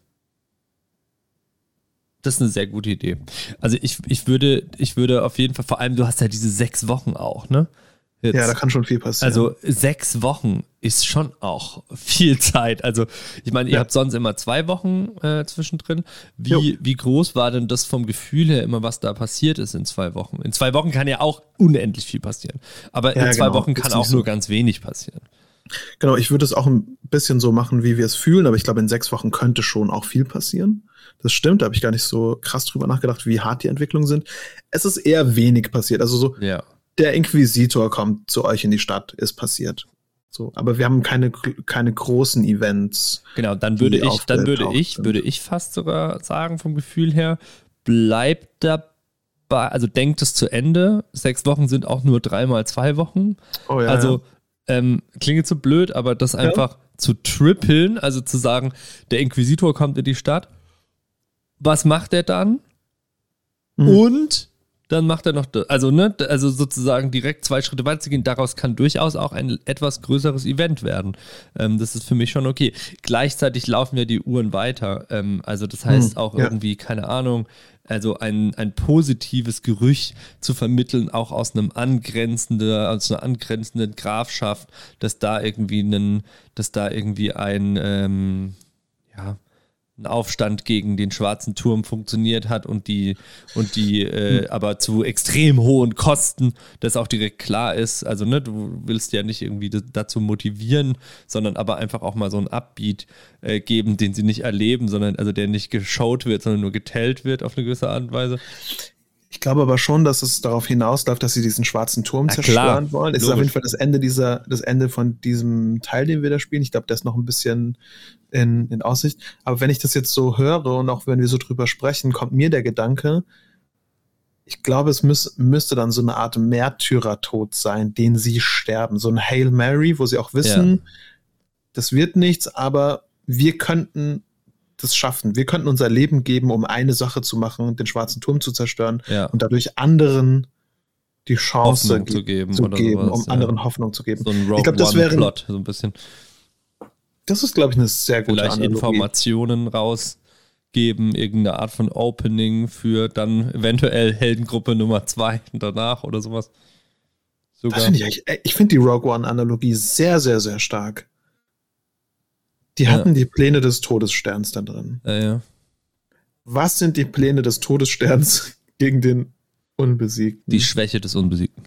das ist eine sehr gute Idee. Also ich, ich würde, ich würde auf jeden Fall, vor allem, du hast ja diese sechs Wochen auch, ne? Jetzt. Ja, da kann schon viel passieren. Also sechs Wochen ist schon auch viel Zeit. Also ich meine, ihr Ja. habt sonst immer zwei Wochen äh, zwischendrin. Jo. Wie, wie groß war denn das vom Gefühl her immer, was da passiert ist in zwei Wochen? In zwei Wochen kann ja auch unendlich viel passieren. Aber Ja, in zwei genau. Wochen Ist kann nicht auch so. nur ganz wenig passieren. Genau, ich würde es auch ein bisschen so machen, wie wir es fühlen, aber ich glaube, in sechs Wochen könnte schon auch viel passieren. Das stimmt, da habe ich gar nicht so krass drüber nachgedacht, wie hart die Entwicklungen sind. Es ist eher wenig passiert. Also so, Ja. der Inquisitor kommt zu euch in die Stadt, ist passiert. So, aber wir haben keine, keine großen Events. Genau, dann die würde ich, dann würde aufgetaucht ich, sind. würde ich fast sogar sagen, vom Gefühl her, bleibt dabei, also denkt es zu Ende. Sechs Wochen sind auch nur dreimal zwei Wochen. Oh ja, Also ähm, klingt jetzt so blöd, aber das einfach zu trippeln, also zu sagen, der Inquisitor kommt in die Stadt. Was macht er dann? ja. Mhm. Und dann macht er noch, das. also ne, also sozusagen direkt zwei Schritte weiterzugehen, daraus kann durchaus auch ein etwas größeres Event werden. Ähm, das ist für mich schon okay. Gleichzeitig laufen ja die Uhren weiter. Ähm, also das heißt Hm, auch ja. irgendwie, keine Ahnung, also ein, ein positives Gerücht zu vermitteln, auch aus einem angrenzenden, aus einer angrenzenden Grafschaft, dass da irgendwie einen, dass da irgendwie ein, ähm, ja, ein Aufstand gegen den schwarzen Turm funktioniert hat und die, und die äh, aber zu extrem hohen Kosten, das auch direkt klar ist. Also, ne, du willst ja nicht irgendwie d- dazu motivieren, sondern aber einfach auch mal so einen Upbeat äh, geben, den sie nicht erleben, sondern also der nicht geshowt wird, sondern nur getellt wird auf eine gewisse Art und Weise. Ich glaube aber schon, dass es darauf hinausläuft, dass sie diesen schwarzen Turm Na zerstören klar, wollen. Es ist logisch. auf jeden Fall das Ende dieser, das Ende von diesem Teil, den wir da spielen. Ich glaube, der ist noch ein bisschen in, in Aussicht. Aber wenn ich das jetzt so höre und auch wenn wir so drüber sprechen, kommt mir der Gedanke, ich glaube, es müß, müsste dann so eine Art Märtyrertod sein, den sie sterben. So ein Hail Mary, wo sie auch wissen, Ja. das wird nichts, aber wir könnten das schaffen. Wir könnten unser Leben geben, um eine Sache zu machen, den schwarzen Turm zu zerstören Ja. und dadurch anderen die Chance Hoffnung ge- zu geben zu oder geben, sowas, um ja. anderen Hoffnung zu geben. So ein Ich Rogue glaube, das wäre, One-Plot, so ein bisschen. das ist, glaube ich, eine sehr gute Vielleicht Analogie. Informationen rausgeben, irgendeine Art von Opening für dann eventuell Heldengruppe Nummer zwei danach oder sowas. Das Sogar. finde ich eigentlich, äh, ich finde die Rogue One-Analogie sehr, sehr, sehr stark. Die Ja. hatten die Pläne des Todessterns da drin. Ja, ja. Was sind die Pläne des Todessterns gegen den Unbesiegten? Die Schwäche des Unbesiegten.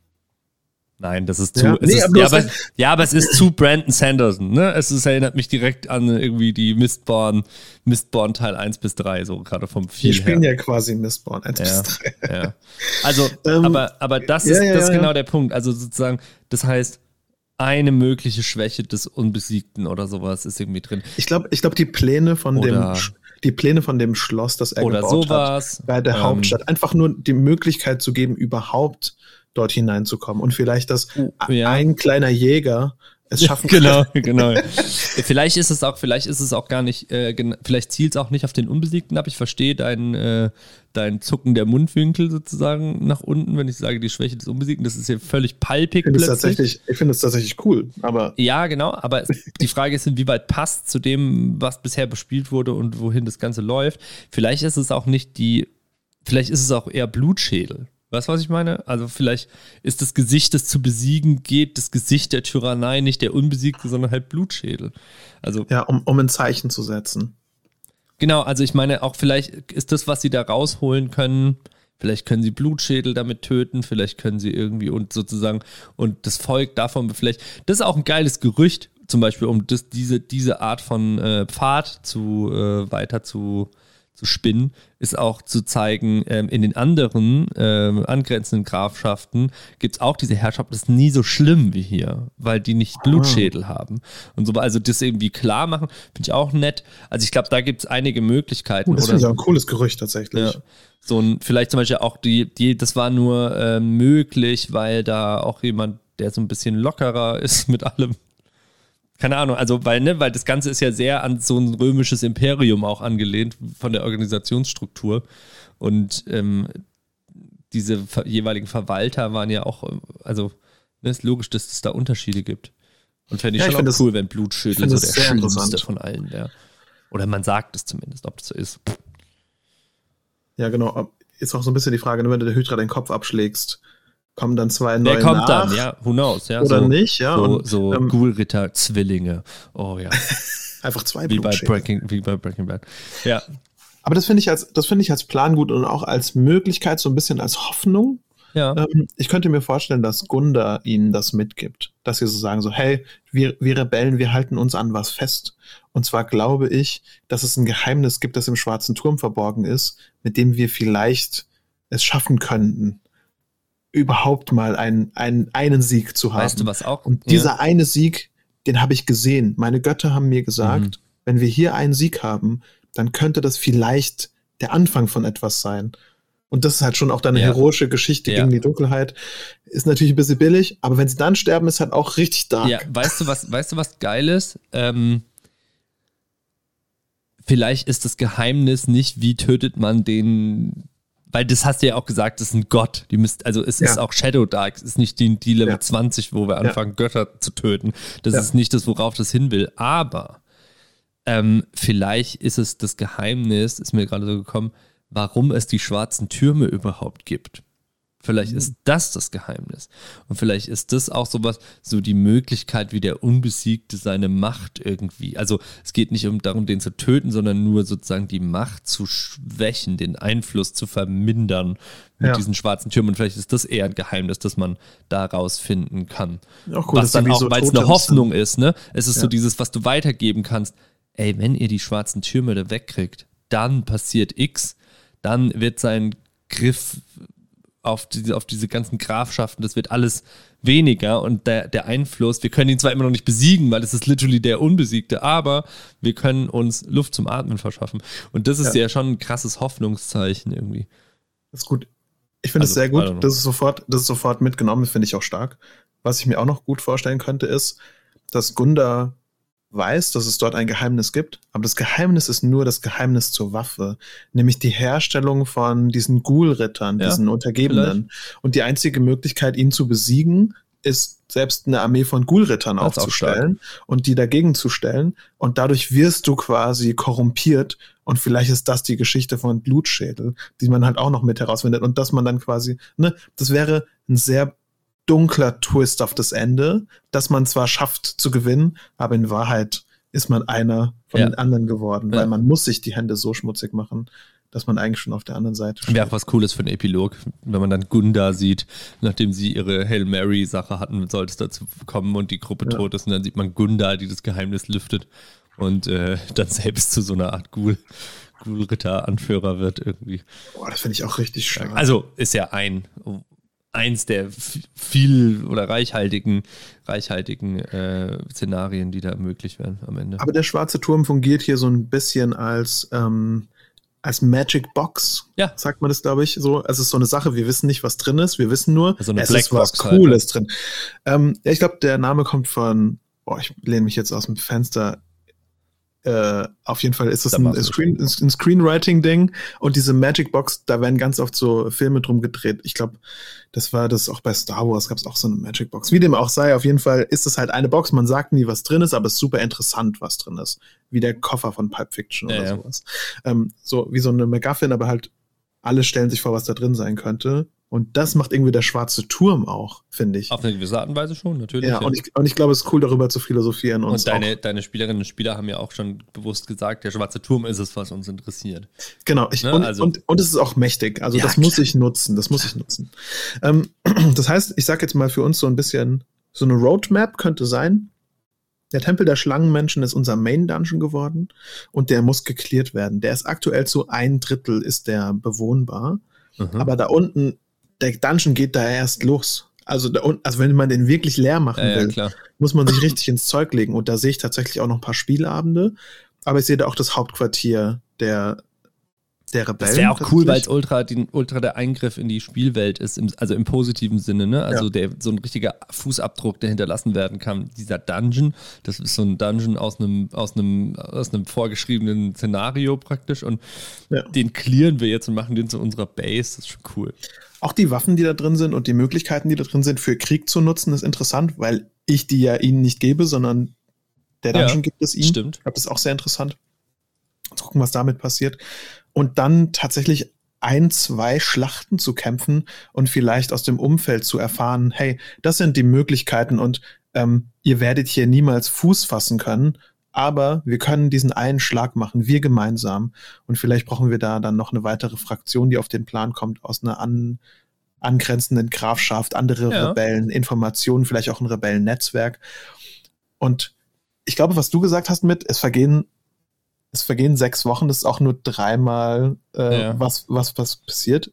Nein, das ist zu. Ja, es nee, ist, aber du ja, hast aber, recht. ja, aber es ist zu Brandon Sanderson, ne? Es ist, erinnert mich direkt an irgendwie die Mistborn, Mistborn Teil eins bis drei, so gerade vom Wir Feel spielen her. ja quasi Mistborn eins bis drei. Ja. Also, Ähm, aber, aber das ja, ist, ja, das ist ja, genau ja. der Punkt. Also sozusagen, das heißt, eine mögliche Schwäche des Unbesiegten oder sowas ist irgendwie drin. Ich glaube, ich glaub, die Pläne von dem Oder- Sch- die Pläne von dem Schloss, das er Oder gebaut sowas. hat, bei der Ähm, Hauptstadt, einfach nur die Möglichkeit zu geben, überhaupt dort hineinzukommen und vielleicht, dass Oh, ja. ein kleiner Jäger es schaffen Genau, kann. genau. Vielleicht ist es auch, vielleicht ist es auch gar nicht, äh, gen- vielleicht zielt es auch nicht auf den Unbesiegten ab. Ich verstehe dein, äh, dein Zucken der Mundwinkel sozusagen nach unten, wenn ich sage, die Schwäche des Unbesiegten. Das ist ja völlig palpig Ich finde es plötzlich. tatsächlich, ich finde es tatsächlich cool, aber Ja, genau, aber die Frage ist, inwieweit passt zu dem, was bisher bespielt wurde und wohin das Ganze läuft. Vielleicht ist es auch nicht die, vielleicht ist es auch eher Blutschädel. Weißt du, was ich meine? Also vielleicht ist das Gesicht, das zu besiegen geht, das Gesicht der Tyrannei, nicht der Unbesiegte, sondern halt Blutschädel. Also ja, um, um ein Zeichen zu setzen. genau, also ich meine auch vielleicht ist das, was sie da rausholen können, vielleicht können sie Blutschädel damit töten, vielleicht können sie irgendwie und sozusagen und das Volk davon vielleicht, das ist auch ein geiles Gerücht, zum Beispiel um das, diese, diese Art von äh, Pfad zu äh, weiter zu, zu spinnen, ist auch zu zeigen, ähm, in den anderen ähm, angrenzenden Grafschaften gibt es auch diese Herrschaft, das ist nie so schlimm wie hier, weil die nicht Blutschädel ah. haben. Und so, also das irgendwie klar machen, finde ich auch nett. Also ich glaube, da gibt es einige Möglichkeiten. Uh, das finde ich auch ein cooles Gerücht tatsächlich. Ja. So ein, vielleicht zum Beispiel auch die, die das war nur äh, möglich, weil da auch jemand, der so ein bisschen lockerer ist mit allem. Keine Ahnung, also weil, ne, weil das Ganze ist ja sehr an so ein römisches Imperium auch angelehnt von der Organisationsstruktur. Und ähm, diese ver- jeweiligen Verwalter waren ja auch, also ne, ist logisch, dass es da Unterschiede gibt. Und fände ich ja, schon ich auch das, cool, wenn Blutschädel so der schlimmste von allen wäre. Ja. Oder man sagt es zumindest, ob das so ist. Ja, genau. Ist auch so ein bisschen die Frage, wenn du der Hydra den Kopf abschlägst, kommen dann zwei neue Der kommt nach, dann, ja, who knows, ja. Oder so, nicht, ja. So, und, so ähm, Ghoul-Ritter-Zwillinge. Oh ja. Einfach zwei wie bei, Blutschädel. Breaking, wie bei Breaking Bad. Ja. Aber das finde ich als, das finde ich als Plan gut und auch als Möglichkeit, so ein bisschen als Hoffnung. Ja. Ähm, ich könnte mir vorstellen, dass Gunda ihnen das mitgibt. Dass sie so sagen, so, hey, wir, wir Rebellen, wir halten uns an was fest. Und zwar glaube ich, dass es ein Geheimnis gibt, das im Schwarzen Turm verborgen ist, mit dem wir vielleicht es schaffen könnten, überhaupt mal einen, einen, einen Sieg zu haben. Weißt du, was auch? Und dieser ja. eine Sieg, den habe ich gesehen. Meine Götter haben mir gesagt, mhm. wenn wir hier einen Sieg haben, dann könnte das vielleicht der Anfang von etwas sein. Und das ist halt schon auch dann eine ja. heroische Geschichte ja. gegen die Dunkelheit. Ist natürlich ein bisschen billig, aber wenn sie dann sterben, ist halt auch richtig dark. Ja, weißt du, was, weißt du, was geil ist? Ähm, vielleicht ist das Geheimnis nicht, wie tötet man den, weil das hast du ja auch gesagt, das ist ein Gott. Die müsst, also es ja. ist auch Shadow Dark, es ist nicht die, die Level ja. zwanzig, wo wir anfangen, ja. Götter zu töten. Das ja. ist nicht das, worauf das hin will. Aber ähm, vielleicht ist es das Geheimnis, ist mir gerade so gekommen, warum es die schwarzen Türme überhaupt gibt. Vielleicht mhm. ist das das Geheimnis. Und vielleicht ist das auch sowas, so die Möglichkeit, wie der Unbesiegte seine Macht irgendwie, also es geht nicht um darum, den zu töten, sondern nur sozusagen die Macht zu schwächen, den Einfluss zu vermindern mit ja. diesen schwarzen Türmen. Und vielleicht ist das eher ein Geheimnis, das man daraus finden kann. Auch cool, was dann auch, so weil es eine Hoffnung ist, ne? Es ist ja. so dieses, was du weitergeben kannst. Ey, wenn ihr die schwarzen Türme da wegkriegt, dann passiert X, dann wird sein Griff auf diese, auf diese ganzen Grafschaften, das wird alles weniger und der, der Einfluss, wir können ihn zwar immer noch nicht besiegen, weil es ist literally der Unbesiegte, aber wir können uns Luft zum Atmen verschaffen. Und das ist ja, ja schon ein krasses Hoffnungszeichen irgendwie. Das ist gut. Ich finde es also, sehr gut. Das ist sofort, das ist sofort mitgenommen, das finde ich auch stark. Was ich mir auch noch gut vorstellen könnte, ist, dass Gunda weiß, dass es dort ein Geheimnis gibt, aber das Geheimnis ist nur das Geheimnis zur Waffe, nämlich die Herstellung von diesen Ghoul-Rittern, ja, diesen Untergebenen. Vielleicht. Und die einzige Möglichkeit, ihn zu besiegen, ist selbst eine Armee von Ghoul-Rittern das aufzustellen und die dagegen zu stellen. Und dadurch wirst du quasi korrumpiert. Und vielleicht ist das die Geschichte von Blutschädel, die man halt auch noch mit herausfindet. Und dass man dann quasi, ne, das wäre ein sehr dunkler Twist auf das Ende, dass man zwar schafft zu gewinnen, aber in Wahrheit ist man einer von ja. den anderen geworden, ja. weil man muss sich die Hände so schmutzig machen, dass man eigentlich schon auf der anderen Seite steht. Wäre auch was Cooles für einen Epilog, wenn man dann Gunda sieht, nachdem sie ihre Hail Mary-Sache hatten, sollte es dazu kommen und die Gruppe ja. tot ist und dann sieht man Gunda, die das Geheimnis lüftet und äh, dann selbst zu so einer Art Ghoul, Ghoul-Ritter-Anführer wird irgendwie. Boah, das finde ich auch richtig stark. Also ist ja ein eins der viel oder reichhaltigen, reichhaltigen äh, Szenarien, die da möglich wären am Ende. Aber der schwarze Turm fungiert hier so ein bisschen als, ähm, als Magic Box, ja. sagt man das, glaube ich. So. Es ist so eine Sache, wir wissen nicht, was drin ist, wir wissen nur, also eine es Black ist was Box Cooles halt, drin. Ähm, ja, ich glaube, der Name kommt von, boah, ich lehne mich jetzt aus dem Fenster. Uh, auf jeden Fall ist das ein, Screen, ein Screenwriting-Ding und diese Magic Box, da werden ganz oft so Filme drum gedreht. Ich glaube, das war das auch bei Star Wars, gab es auch so eine Magic Box. Wie dem auch sei, auf jeden Fall ist es halt eine Box, man sagt nie, was drin ist, aber es ist super interessant, was drin ist. Wie der Koffer von Pulp Fiction ja, oder ja. sowas. Ähm, so wie so eine MacGuffin, aber halt alle stellen sich vor, was da drin sein könnte. Und das macht irgendwie der schwarze Turm auch, finde ich. Auf eine gewisse Art und Weise schon, natürlich. Ja, ja. Und, ich, und ich glaube, es ist cool, darüber zu philosophieren. Und, und deine, deine Spielerinnen und Spieler haben ja auch schon bewusst gesagt, der schwarze Turm ist es, was uns interessiert. Genau, ich, ne? und, also, und, und es ist auch mächtig. Also ja, das klar. muss ich nutzen, das muss ich nutzen. Ähm, das heißt, ich sage jetzt mal für uns so ein bisschen, so eine Roadmap könnte sein, Der Tempel der Schlangenmenschen ist unser Main-Dungeon geworden und der muss gecleart werden. Der ist aktuell zu ein Drittel ist der bewohnbar, mhm. aber da unten, der Dungeon geht da erst los. Also, da unten, also wenn man den wirklich leer machen ja, will, ja, muss man sich richtig ins Zeug legen und da sehe ich tatsächlich auch noch ein paar Spielabende, aber ich sehe da auch das Hauptquartier der Der Rebellen. Das wäre auch cool, weil es ultra, die, ultra der Eingriff in die Spielwelt ist, im, also im positiven Sinne, ne? Also ja. der, so ein richtiger Fußabdruck, der hinterlassen werden kann. Dieser Dungeon, das ist so ein Dungeon aus einem, aus einem, aus einem vorgeschriebenen Szenario praktisch und ja. den clearen wir jetzt und machen den zu unserer Base. Das ist schon cool. Auch die Waffen, die da drin sind und die Möglichkeiten, die da drin sind, für Krieg zu nutzen, ist interessant, weil ich die ja ihnen nicht gebe, sondern der Dungeon ja, gibt es ihnen. Stimmt. Ich glaube, das ist auch sehr interessant. Zu gucken, was damit passiert. Und dann tatsächlich ein, zwei Schlachten zu kämpfen und vielleicht aus dem Umfeld zu erfahren, hey, das sind die Möglichkeiten und ähm, ihr werdet hier niemals Fuß fassen können, aber wir können diesen einen Schlag machen, wir gemeinsam. Und vielleicht brauchen wir da dann noch eine weitere Fraktion, die auf den Plan kommt, aus einer an, angrenzenden Grafschaft, andere ja. Rebellen, Informationen, vielleicht auch ein Rebellennetzwerk. Und ich glaube, was du gesagt hast mit, es vergehen Es vergehen sechs Wochen, das ist auch nur dreimal äh, ja. was, was, was passiert.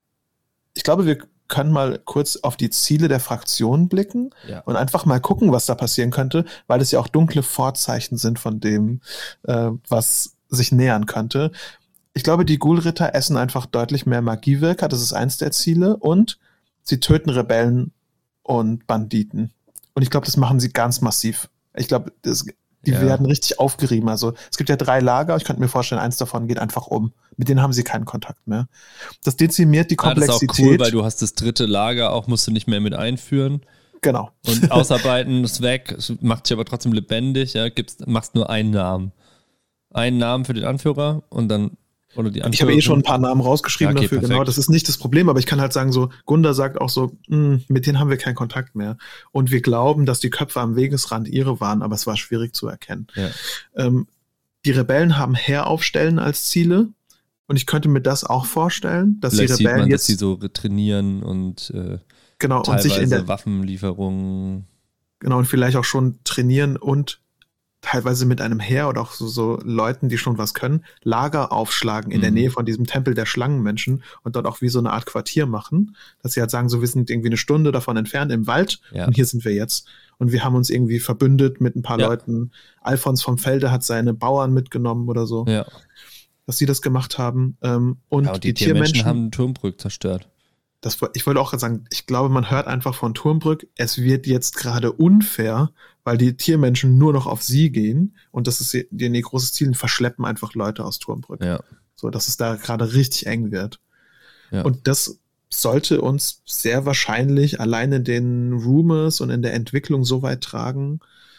Ich glaube, wir können mal kurz auf die Ziele der Fraktion blicken ja. und einfach mal gucken, was da passieren könnte, weil es ja auch dunkle Vorzeichen sind von dem, äh, was sich nähern könnte. Ich glaube, die Ghoul-Ritter essen einfach deutlich mehr Magiewirker, das ist eins der Ziele, und sie töten Rebellen und Banditen. Und ich glaube, das machen sie ganz massiv. Ich glaube, das Die ja. werden richtig aufgerieben. Also es gibt ja drei Lager. Ich könnte mir vorstellen, eins davon geht einfach um. Mit denen haben sie keinen Kontakt mehr. Das dezimiert die Komplexität. Ja, das ist auch cool, weil du hast das dritte Lager auch, musst du nicht mehr mit einführen. Genau. Und ausarbeiten ist weg. Es macht dich aber trotzdem lebendig. Ja, gibst, machst nur einen Namen. Einen Namen für den Anführer und dann oder die Ich habe eh schon ein paar Namen rausgeschrieben ja, okay, dafür, perfekt. Genau. Das ist nicht das Problem, aber ich kann halt sagen, so, Gunda sagt auch so, mit denen haben wir keinen Kontakt mehr. Und wir glauben, dass die Köpfe am Wegesrand ihre waren, aber es war schwierig zu erkennen. Ja. Ähm, die Rebellen haben Heeraufstellen als Ziele. Und ich könnte mir das auch vorstellen, dass Vielleicht die Rebellen sieht man, jetzt dass sie so trainieren und äh, genau, teilweise und sich in der Waffenlieferungen. Genau, und vielleicht auch schon trainieren und teilweise mit einem Heer oder auch so, so Leuten, die schon was können, Lager aufschlagen in mhm. der Nähe von diesem Tempel der Schlangenmenschen und dort auch wie so eine Art Quartier machen, dass sie halt sagen, so wir sind irgendwie eine Stunde davon entfernt im Wald ja. und hier sind wir jetzt. Und wir haben uns irgendwie verbündet mit ein paar ja. Leuten. Alfons vom Felde hat seine Bauern mitgenommen oder so, ja. dass sie das gemacht haben. Ähm, und, ja, und die, die Tiermenschen Tiermenschen haben Turmbrück zerstört. Das, ich wollte auch gerade sagen, ich glaube, man hört einfach von Turmbrück, es wird jetzt gerade unfair, weil die Tiermenschen nur noch auf sie gehen und das ist ihr großes Ziel, verschleppen einfach Leute aus Turmbrück. Ja. So, dass es da gerade richtig eng wird. Ja. Und das sollte uns sehr wahrscheinlich allein in den Rumors und in der Entwicklung so weit tragen,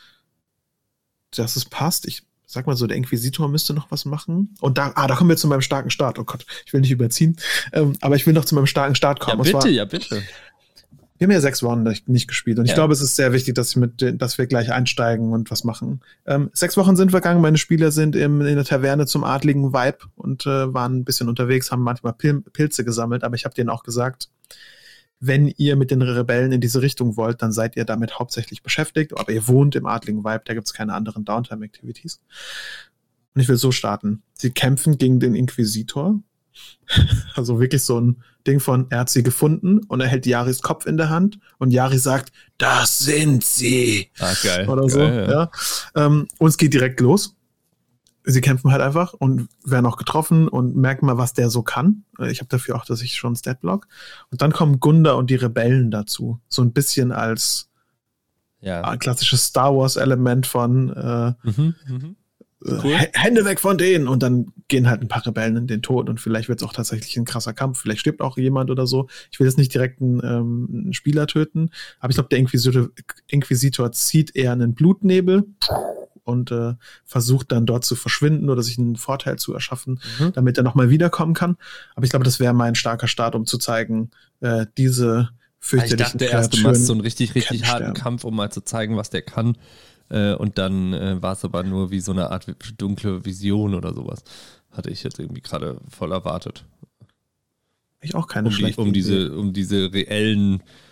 dass es passt. Ich sag mal so, der Inquisitor müsste noch was machen. Und da, ah, da kommen wir zu meinem starken Start. Oh Gott, ich will nicht überziehen. Ähm, aber ich will noch zu meinem starken Start kommen. Ja, bitte, zwar, ja, bitte. Wir haben ja sechs Wochen nicht gespielt. Und ich ja. glaube, es ist sehr wichtig, dass, ich mit, dass wir gleich einsteigen und was machen. Ähm, sechs Wochen sind vergangen. Meine Spieler sind im, in der Taverne zum adligen Vibe und äh, waren ein bisschen unterwegs, haben manchmal Pil- Pilze gesammelt. Aber ich habe denen auch gesagt, wenn ihr mit den Rebellen in diese Richtung wollt, dann seid ihr damit hauptsächlich beschäftigt. Aber ihr wohnt im adligen Vibe, da gibt es keine anderen Downtime-Activities. Und ich will so starten. Sie kämpfen gegen den Inquisitor. Also wirklich so ein Ding von, er hat sie gefunden und er hält Yaris Kopf in der Hand und Yari sagt, das sind sie. Ah, geil. Oder so, geil, ja. ja. Ähm, und es geht direkt los. Sie kämpfen halt einfach und werden auch getroffen und merken mal, was der so kann. Ich habe dafür auch, dass ich schon Statblock. Und dann kommen Gunda und die Rebellen dazu. So ein bisschen als ja. ein klassisches Star Wars-Element von äh, mhm, mhm. Cool. Hände weg von denen und dann gehen halt ein paar Rebellen in den Tod und vielleicht wird es auch tatsächlich ein krasser Kampf, vielleicht stirbt auch jemand oder so. Ich will jetzt nicht direkt einen, ähm, einen Spieler töten, aber ich glaube, der Inquisitor, Inquisitor zieht eher einen Blutnebel und äh, versucht dann dort zu verschwinden oder sich einen Vorteil zu erschaffen, mhm. damit er nochmal wiederkommen kann. Aber ich glaube, das wäre mein starker Start, um zu zeigen, äh, diese fürchterlichen Ich dachte, der erste machst so einen richtig, richtig harten Kampf, um mal zu zeigen, was der kann. Und dann äh, war es aber nur wie so eine Art dunkle Vision oder sowas. Hatte ich jetzt irgendwie gerade voll erwartet. Ich auch keine um, die, um diese, um diese reellen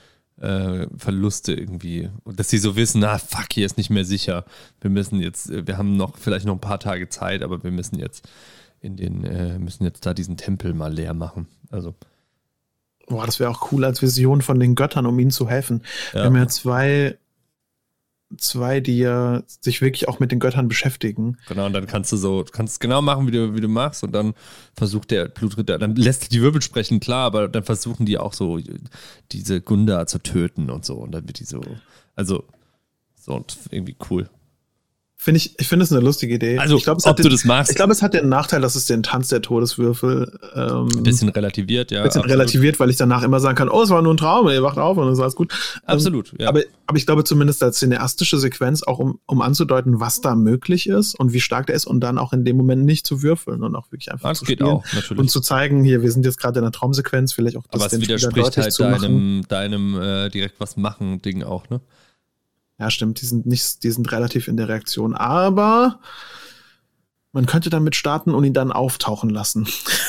äh, Verluste irgendwie. Und dass sie so wissen, na fuck, hier ist nicht mehr sicher. Wir müssen jetzt, wir haben noch vielleicht noch ein paar Tage Zeit, aber wir müssen jetzt in den, äh, müssen jetzt da diesen Tempel mal leer machen. Also. Boah, das wäre auch cool als Vision von den Göttern, um ihnen zu helfen. Ja. Wir haben ja zwei, zwei, die ja sich wirklich auch mit den Göttern beschäftigen. Genau, und dann kannst du so, du kannst es genau machen, wie du, wie du machst, und dann versucht der Blutritter, dann lässt die Wirbel sprechen, klar, aber dann versuchen die auch so, diese Gunda zu töten und so, und dann wird die so, also, so, und irgendwie cool. Finde ich, ich finde es eine lustige Idee. Also, ich glaub, es ob hat du den, das magst. Ich glaube, es hat den Nachteil, dass es den Tanz der Todeswürfel ähm, Ein bisschen relativiert, ja. ein bisschen absolut. relativiert, weil ich danach immer sagen kann, oh, es war nur ein Traum, ihr wacht auf und es ist alles gut. Absolut, ja. Aber, aber ich glaube zumindest als cineastische Sequenz auch, um, um anzudeuten, was da möglich ist und wie stark der ist, und dann auch in dem Moment nicht zu würfeln und auch wirklich einfach Das zu geht spielen. auch, natürlich. Und zu zeigen, hier, wir sind jetzt gerade in einer Traumsequenz, vielleicht auch das Aber es den Spieler widerspricht deutlich halt zu machen. deinem, deinem äh, direkt was machen Ding auch, ne? Ja, stimmt, die sind nicht, die sind relativ in der Reaktion, aber man könnte damit starten und ihn dann auftauchen lassen.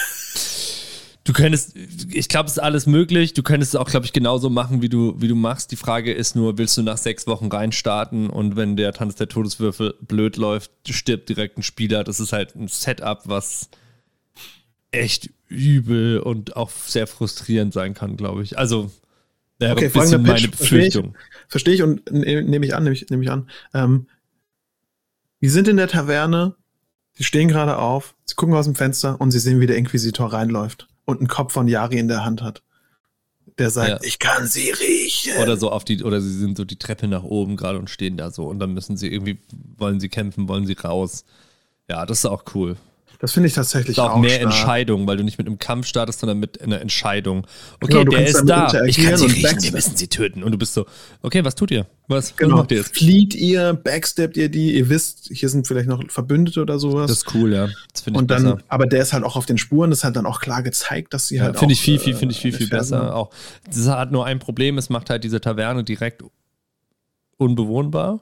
Du könntest, ich glaube, es ist alles möglich. Du könntest es auch, glaube ich, genauso machen, wie du, wie du machst. Die Frage ist nur, willst du nach sechs Wochen reinstarten, und wenn der Tanz der Todeswürfel blöd läuft, stirbt direkt ein Spieler. Das ist halt ein Setup, was echt übel und auch sehr frustrierend sein kann, glaube ich. Also, wäre Okay, ein bisschen folgender meine Pitch, verstehe ich. Befürchtung. Verstehe ich und ne- nehme ich an, nehme ich, nehme ich an. Ähm, die sind in der Taverne, sie stehen gerade auf, sie gucken aus dem Fenster und sie sehen, wie der Inquisitor reinläuft und einen Kopf von Yari in der Hand hat. Der sagt, Ja. ich kann sie riechen. Oder so auf die, oder sie sind so die Treppe nach oben gerade und stehen da so, und dann müssen sie irgendwie, wollen sie kämpfen, wollen sie raus. Ja, das ist auch cool. Das finde ich tatsächlich Das ist auch auch mehr stark. Entscheidung, weil du nicht mit einem Kampf startest, sondern mit einer Entscheidung. Okay, Genau, du der kannst ist damit da. Ich kann interagieren sie und riechen, wir backstab- müssen sie töten. Und du bist so, okay, was tut ihr? Was, Genau. was macht ihr jetzt? Flieht ihr, backstabbt ihr die, ihr wisst, hier sind vielleicht noch Verbündete oder sowas. Das ist cool, ja. Das finde ich und dann, besser. aber der ist halt auch auf den Spuren, das ist halt dann auch klar gezeigt, dass sie Ja, halt finde auch, ich viel, viel, äh, finde ich viel, viel Fersen haben. besser. Auch, das hat nur ein Problem, es macht halt diese Taverne direkt unbewohnbar.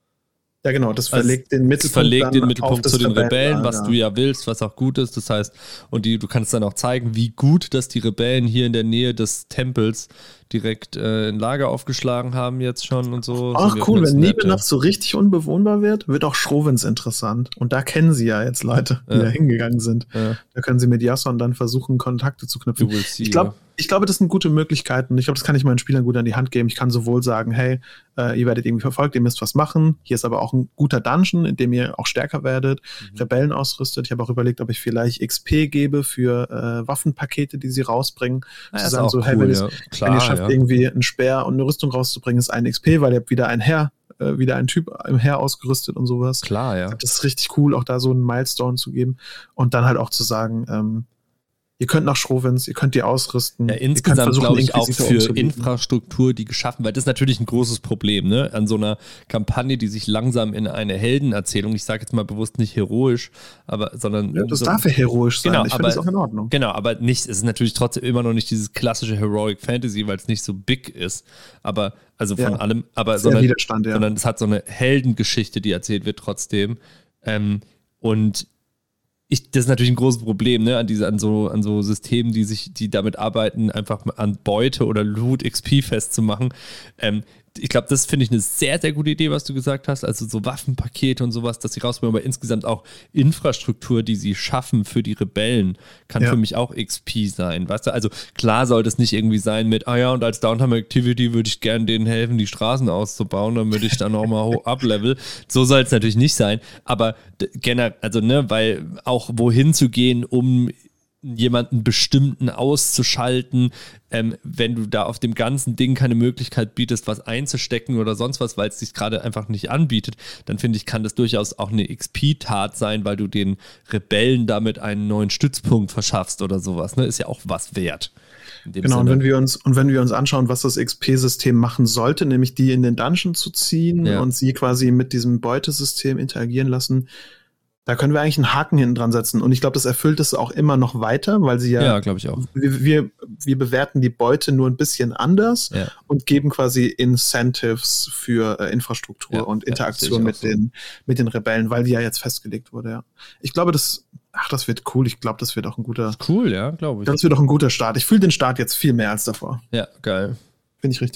Ja, genau, das Also, verlegt den Es Mittelpunkt, verlegt dann den auf Mittelpunkt das zu den Rebellen, was Rebellenlager. du ja willst, was auch gut ist. Das heißt, und die, du kannst dann auch zeigen, wie gut, dass die Rebellen hier in der Nähe des Tempels direkt äh, ein Lager aufgeschlagen haben jetzt schon und so. Ach Sind wir cool, ganz wenn nett, Nibenacht so richtig unbewohnbar wird, wird auch Schrowens interessant. Und da kennen sie ja jetzt Leute, die Ja. da hingegangen sind. Ja. Da können sie mit Jason dann versuchen, Kontakte zu knüpfen. You will see, Ich glaube, ja. ich glaube, das sind gute Möglichkeiten. Ich glaube, das kann ich meinen Spielern gut an die Hand geben. Ich kann sowohl sagen, hey, äh, ihr werdet irgendwie verfolgt, ihr müsst was machen. Hier ist aber auch ein guter Dungeon, in dem ihr auch stärker werdet, Mhm. Rebellen ausrüstet. Ich habe auch überlegt, ob ich vielleicht X P gebe für äh, Waffenpakete, die sie rausbringen. Ja, Zu ist sagen auch so, hey, cool, wenn, ja. es- Klar, wenn ihr schafft, ja. irgendwie einen Speer und eine Rüstung rauszubringen, ist ein X P, weil ihr habt wieder ein Heer, äh, wieder ein Typ im Heer ausgerüstet und sowas. Klar, ja. Das ist richtig cool, auch da so einen Milestone zu geben und dann halt auch zu sagen, ähm, ihr könnt nach Schrowens, ihr könnt die ausrüsten. Ja, ihr könnt insgesamt versuchen, glaube ich auch Inquisitor für umzubieten. Infrastruktur, die geschaffen wird. Das ist natürlich ein großes Problem, ne? An so einer Kampagne, die sich langsam in eine Heldenerzählung, ich sage jetzt mal bewusst nicht heroisch, aber sondern Ja, das so, darf ja heroisch sein. Genau, ich finde aber- das auch in Ordnung. Genau, aber nicht, es ist natürlich trotzdem immer noch nicht dieses klassische Heroic Fantasy, weil es nicht so big ist. Aber, also von Ja. allem, aber Sehr sondern, Widerstand, ja. sondern es hat so eine Heldengeschichte, die erzählt wird trotzdem. Ähm, und ich, das ist natürlich ein großes Problem, ne, an diese, an so, an so Systemen, die sich, die damit arbeiten, einfach an Beute oder Loot X P festzumachen. Ähm, ich glaube, das finde ich eine sehr, sehr gute Idee, was du gesagt hast. Also so Waffenpakete und sowas, dass sie rausbringen, aber insgesamt auch Infrastruktur, die sie schaffen für die Rebellen, kann Ja. für mich auch X P sein. Weißt du, also klar sollte es nicht irgendwie sein mit, ah ja, und als Downtime Activity würde ich gerne denen helfen, die Straßen auszubauen, damit ich dann auch mal hoch uplevel. So soll es natürlich nicht sein, aber generell, also ne, weil auch wohin zu gehen, um jemanden bestimmten auszuschalten, ähm, wenn du da auf dem ganzen Ding keine Möglichkeit bietest, was einzustecken oder sonst was, weil es sich gerade einfach nicht anbietet, dann finde ich, kann das durchaus auch eine X P-Tat sein, weil du den Rebellen damit einen neuen Stützpunkt verschaffst oder sowas. Ne? Ist ja auch was wert. In dem Genau, und Sinne. wenn wir uns, und wenn wir uns anschauen, was das X P-System machen sollte, nämlich die in den Dungeon zu ziehen Ja. und sie quasi mit diesem Beutesystem interagieren lassen, da können wir eigentlich einen Haken hinten dran setzen. Und ich glaube, das erfüllt es auch immer noch weiter, weil sie ja, Ja, glaube ich auch. wir, wir, wir bewerten die Beute nur ein bisschen anders Ja. und geben quasi Incentives für äh, Infrastruktur Ja, und ja, Interaktion sehe ich mit auch so. den, mit den Rebellen, weil die ja jetzt festgelegt wurde, ja. Ich glaube, das, ach, das wird cool. Ich glaube, das wird auch ein guter, Cool, ja, glaube ich. das wird auch ein guter Start. Ich fühle den Start jetzt viel mehr als davor. Ja, geil. Finde ich richtig gut.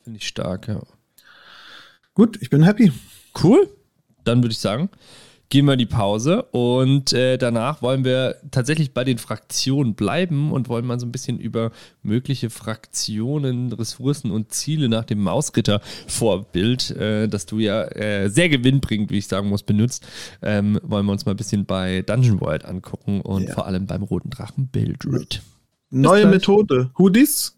Finde ich stark, ja. Gut, ich bin happy. Cool. Dann würde ich sagen, gehen wir in die Pause und äh, danach wollen wir tatsächlich bei den Fraktionen bleiben und wollen mal so ein bisschen über mögliche Fraktionen, Ressourcen und Ziele nach dem Mausritter-Vorbild, äh, das du ja äh, sehr gewinnbringend, wie ich sagen muss, benutzt, ähm, wollen wir uns mal ein bisschen bei Dungeon World angucken und ja. vor allem beim Roten Drachen Beldred. Neue Methode. Hoodies?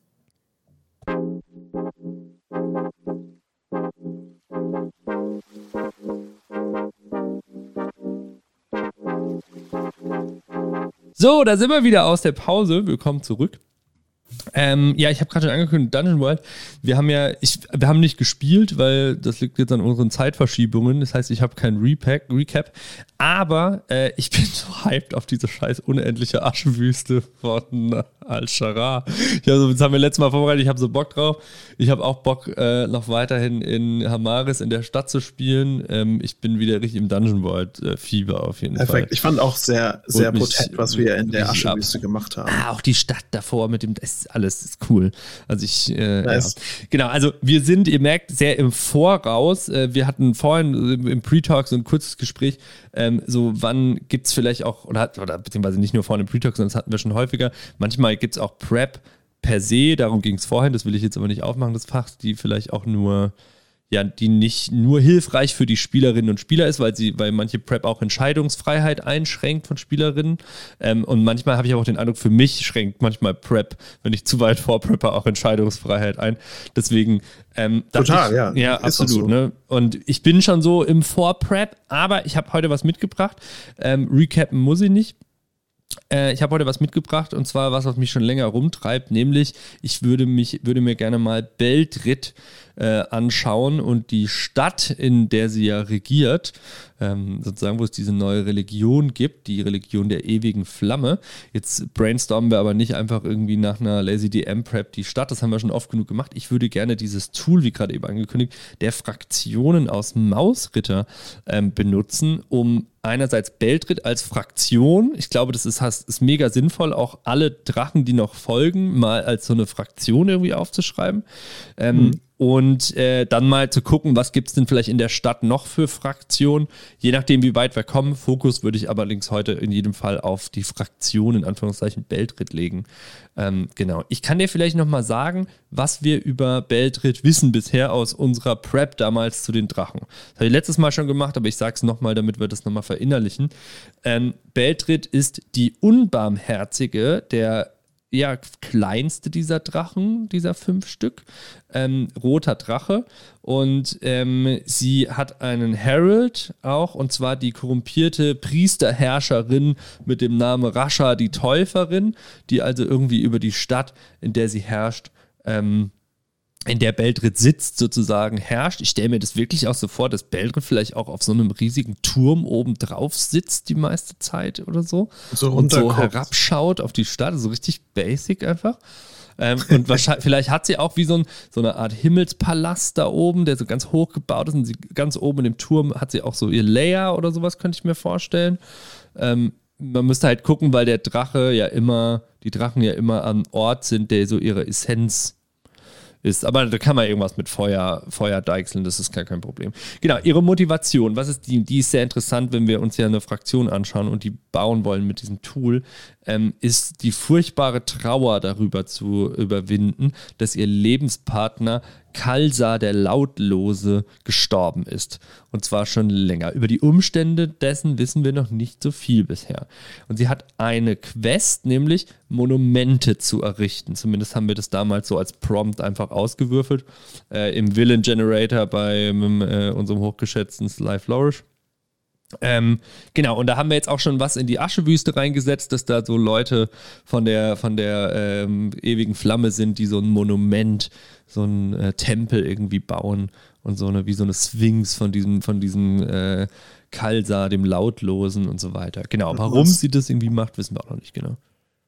So, da sind wir wieder aus der Pause. Willkommen zurück. Ähm, ja, ich habe gerade schon angekündigt, Dungeon World. Wir haben ja, ich, wir haben nicht gespielt, weil das liegt jetzt an unseren Zeitverschiebungen. Das heißt, ich habe kein Repack, Recap. Aber äh, ich bin so hyped auf diese scheiß unendliche Aschewüste von Al-Shara. Also, das haben wir letztes Mal vorbereitet. Ich habe so Bock drauf. Ich habe auch Bock, äh, noch weiterhin in Hamaris in der Stadt zu spielen. Ähm, ich bin wieder richtig im Dungeon World äh, Fieber auf jeden Perfekt. Fall. Perfekt. Ich fand auch sehr, sehr mich, potent, was wir in der Aschewüste ab. gemacht haben. Ah, auch die Stadt davor mit dem, das ist alles ist cool. Also ich, äh, nice. ja. Genau, also wir sind, ihr merkt, sehr im Voraus. Äh, wir hatten vorhin im Pre-Talk so ein kurzes Gespräch, ähm, so wann gibt es vielleicht auch, oder, oder beziehungsweise nicht nur vorhin im Pre-Talk, sondern das hatten wir schon häufiger, manchmal gibt es auch Prep per se, darum ging es vorhin, das will ich jetzt aber nicht aufmachen, das Fach, die vielleicht auch nur ja, die nicht nur hilfreich für die Spielerinnen und Spieler ist, weil sie, weil manche Prep auch Entscheidungsfreiheit einschränkt von Spielerinnen. Ähm, und manchmal habe ich auch den Eindruck, für mich schränkt manchmal Prep, wenn ich zu weit vorpreppe, auch Entscheidungsfreiheit ein. Deswegen ähm, total, ich, ja. Ja, ist absolut. So. Ne? Und ich bin schon so im Vorprep, aber ich habe heute was mitgebracht. Ähm, recappen muss ich nicht. Äh, ich habe heute was mitgebracht und zwar was, was mich schon länger rumtreibt, nämlich ich würde mich, würde mir gerne mal Beldred äh, anschauen und die Stadt, in der sie ja regiert, ähm, sozusagen, wo es diese neue Religion gibt, die Religion der ewigen Flamme. Jetzt brainstormen wir aber nicht einfach irgendwie nach einer Lazy D M Prep die Stadt, das haben wir schon oft genug gemacht. Ich würde gerne dieses Tool, wie gerade eben angekündigt, der Fraktionen aus Mausritter ähm, benutzen, um einerseits Beldred als Fraktion, ich glaube, das ist, ist mega sinnvoll, auch alle Drachen, die noch folgen, mal als so eine Fraktion irgendwie aufzuschreiben. Ähm, mhm. Und äh, dann mal zu gucken, was gibt es denn vielleicht in der Stadt noch für Fraktionen, je nachdem, wie weit wir kommen. Fokus würde ich aber allerdings heute in jedem Fall auf die Fraktion, in Anführungszeichen, Beldred legen. Ähm, genau. Ich kann dir vielleicht nochmal sagen, was wir über Beldred wissen bisher aus unserer Prep damals zu den Drachen. Das habe ich letztes Mal schon gemacht, aber ich sage es nochmal, damit wir das nochmal verinnerlichen. Ähm, Beldred ist die unbarmherzige, der ja, kleinste dieser Drachen, dieser fünf Stück, ähm, roter Drache, und ähm, sie hat einen Herald auch, und zwar die korrumpierte Priesterherrscherin mit dem Namen Rasha, die Täuferin, die also irgendwie über die Stadt, in der sie herrscht, ähm, in der Beldred sitzt, sozusagen herrscht. Ich stelle mir das wirklich auch so vor, dass Beldred vielleicht auch auf so einem riesigen Turm oben drauf sitzt die meiste Zeit oder so. So und so herabschaut auf die Stadt, so richtig basic einfach. Ähm, und wahrscheinlich, vielleicht hat sie auch wie so, ein, so eine Art Himmelspalast da oben, der so ganz hoch gebaut ist, und sie ganz oben in dem Turm hat sie auch so ihr Lair oder sowas, könnte ich mir vorstellen. Ähm, man müsste halt gucken, weil der Drache ja immer, die Drachen ja immer am Ort sind, der so ihre Essenz ist. Aber da kann man irgendwas mit Feuer, Feuer deichseln, das ist gar kein Problem. Genau, ihre Motivation, was ist die? Die ist sehr interessant, wenn wir uns ja eine Fraktion anschauen und die bauen wollen mit diesem Tool, ähm, ist die furchtbare Trauer darüber zu überwinden, dass ihr Lebenspartner Kalsa der Lautlose gestorben ist. Und zwar schon länger. Über die Umstände dessen wissen wir noch nicht so viel bisher. Und sie hat eine Quest, nämlich Monumente zu errichten. Zumindest haben wir das damals so als Prompt einfach ausgewürfelt. Äh, Im Villain Generator bei äh, unserem hochgeschätzten Sly Flourish. Ähm, genau, und da haben wir jetzt auch schon was in die Aschewüste reingesetzt, dass da so Leute von der, von der ähm, ewigen Flamme sind, die so ein Monument, so ein äh, Tempel irgendwie bauen und so eine, wie so eine Sphinx von diesem, von diesem äh, Kalsa, dem Lautlosen und so weiter. Genau, warum was? sie das irgendwie macht, wissen wir auch noch nicht genau.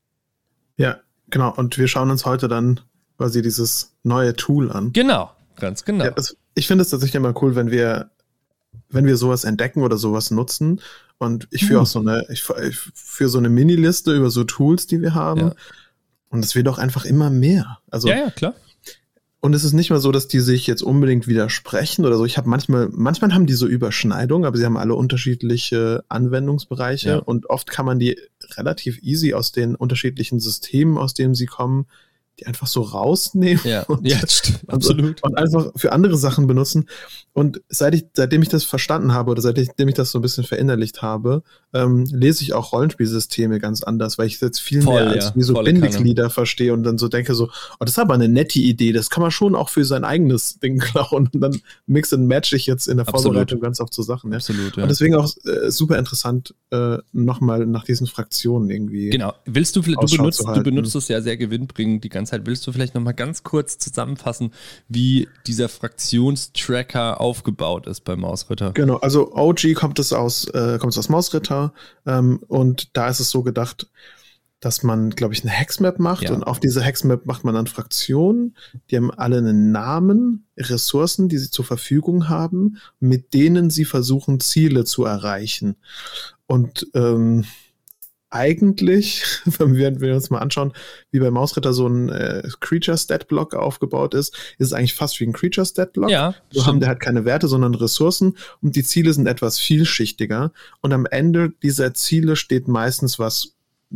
Ja, genau, und wir schauen uns heute dann quasi dieses neue Tool an. Genau, ganz genau. Ja, das, ich finde es tatsächlich immer cool, wenn wir wenn wir sowas entdecken oder sowas nutzen, und ich führe uh. auch so eine, ich, ich führe so eine Mini-Liste über so Tools, die wir haben, ja. Und es wird auch einfach immer mehr. Also, ja, ja, klar. Und es ist nicht mal so, dass die sich jetzt unbedingt widersprechen oder so. Ich habe manchmal, manchmal haben die so Überschneidungen, aber sie haben alle unterschiedliche Anwendungsbereiche Ja. und oft kann man die relativ easy aus den unterschiedlichen Systemen, aus denen sie kommen, die einfach so rausnehmen Ja, und, ja stimmt, und, absolut. und einfach für andere Sachen benutzen. Und seit ich, seitdem ich das verstanden habe oder seitdem ich das so ein bisschen verinnerlicht habe, ähm, lese ich auch Rollenspielsysteme ganz anders, weil ich jetzt viel Voll, mehr als ja, wie so volle Bindeglieder verstehe und dann so denke so, oh, das ist aber eine nette Idee, das kann man schon auch für sein eigenes Ding klauen und dann mix und match ich jetzt in der Absolut. Vorbereitung ganz oft so Sachen. Ja. Absolut, ja. Und deswegen auch äh, super interessant, äh, nochmal nach diesen Fraktionen irgendwie. Genau. Willst du vielleicht, du Ausschau benutzt, zu du halten. benutzt es ja sehr gewinnbringend die ganze Zeit. Willst du vielleicht nochmal ganz kurz zusammenfassen, wie dieser Fraktionstracker aufgebaut ist bei Mausritter? Genau, also O G kommt es aus, äh, kommt es aus Mausritter ähm, und da ist es so gedacht, dass man, glaube ich, eine Hexmap macht Ja. und auf diese Hexmap macht man dann Fraktionen, die haben alle einen Namen, Ressourcen, die sie zur Verfügung haben, mit denen sie versuchen, Ziele zu erreichen. Und ähm, eigentlich, wenn wir, wenn wir uns mal anschauen, wie bei Mausritter so ein äh, Creature-Stat-Block aufgebaut ist, ist es eigentlich fast wie ein Creature-Stat-Block. Ja, So haben der halt keine Werte, sondern Ressourcen und die Ziele sind etwas vielschichtiger. Und am Ende dieser Ziele steht meistens was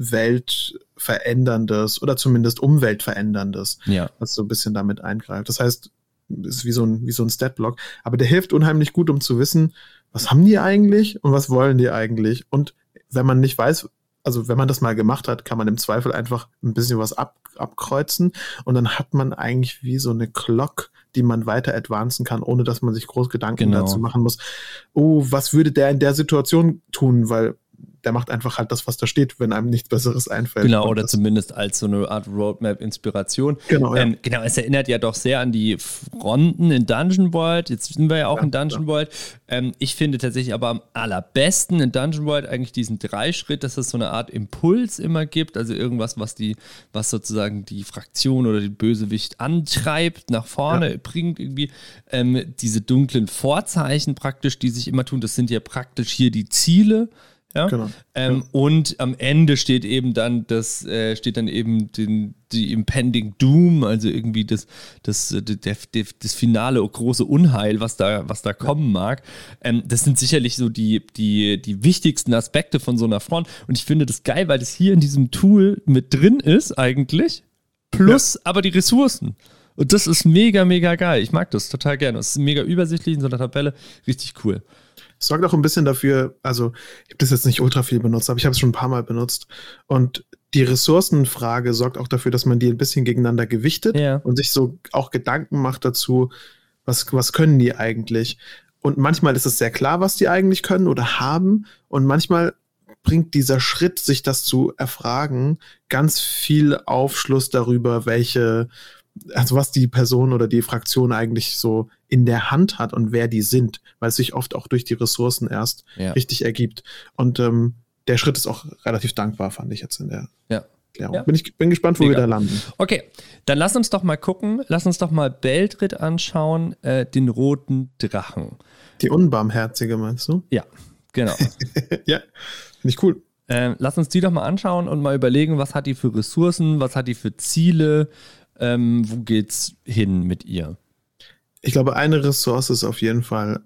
Weltveränderndes oder zumindest Umweltveränderndes, Ja. was so ein bisschen damit eingreift. Das heißt, es ist wie so ein, wie so ein Stat-Block. Aber der hilft unheimlich gut, um zu wissen, was haben die eigentlich und was wollen die eigentlich. Und wenn man nicht weiß, also wenn man das mal gemacht hat, kann man im Zweifel einfach ein bisschen was ab, abkreuzen und dann hat man eigentlich wie so eine Clock, die man weiter advancen kann, ohne dass man sich groß Gedanken Genau. dazu machen muss, oh, was würde der in der Situation tun, weil der macht einfach halt das, was da steht, wenn einem nichts Besseres einfällt. Genau, Und oder das, zumindest als so eine Art Roadmap-Inspiration. Genau, ja. ähm, genau, es erinnert ja doch sehr an die Fronten in Dungeon World. Jetzt sind wir ja auch Ja, in Dungeon World. Ähm, ich finde tatsächlich aber am allerbesten in Dungeon World eigentlich diesen Dreischritt, dass es so eine Art Impuls immer gibt, also irgendwas, was die, was sozusagen die Fraktion oder den Bösewicht antreibt, nach vorne Ja. bringt irgendwie. Ähm, diese dunklen Vorzeichen praktisch, die sich immer tun, das sind ja praktisch hier die Ziele. Ja? Genau. Ähm, Ja. Und am Ende steht eben dann das, äh, steht dann eben den, die Impending Doom, also irgendwie das, das, äh, der, der, das finale große Unheil, was da, was da kommen mag. Ähm, das sind sicherlich so die, die, die wichtigsten Aspekte von so einer Front. Und ich finde das geil, weil das hier in diesem Tool mit drin ist eigentlich, plus aber die Ressourcen. Und das ist mega, mega geil. Ich mag das total gerne. Es ist mega übersichtlich in so einer Tabelle. Richtig cool. Es sorgt auch ein bisschen dafür, also ich habe das jetzt nicht ultra viel benutzt, aber ich habe es schon ein paar Mal benutzt. Und die Ressourcenfrage sorgt auch dafür, dass man die ein bisschen gegeneinander gewichtet Ja. und sich so auch Gedanken macht dazu, was, was können die eigentlich? Und manchmal ist es sehr klar, was die eigentlich können oder haben. Und manchmal bringt dieser Schritt, sich das zu erfragen, ganz viel Aufschluss darüber, welche, also was die Person oder die Fraktion eigentlich so in der Hand hat und wer die sind, weil es sich oft auch durch die Ressourcen erst Ja. richtig ergibt. Und ähm, der Schritt ist auch relativ dankbar, fand ich jetzt in der Ja. Erklärung. Ja. Bin ich bin gespannt, wo Mega. wir da landen. Okay, dann lass uns doch mal gucken. Lass uns doch mal Beldrit anschauen, äh, den roten Drachen. Die Unbarmherzige, meinst du? Ja, genau. Ja, finde ich cool. ähm, lass uns die doch mal anschauen und mal überlegen, was hat die für Ressourcen, was hat die für Ziele, ähm, wo geht's hin mit ihr? Ich glaube, eine Ressource ist auf jeden Fall,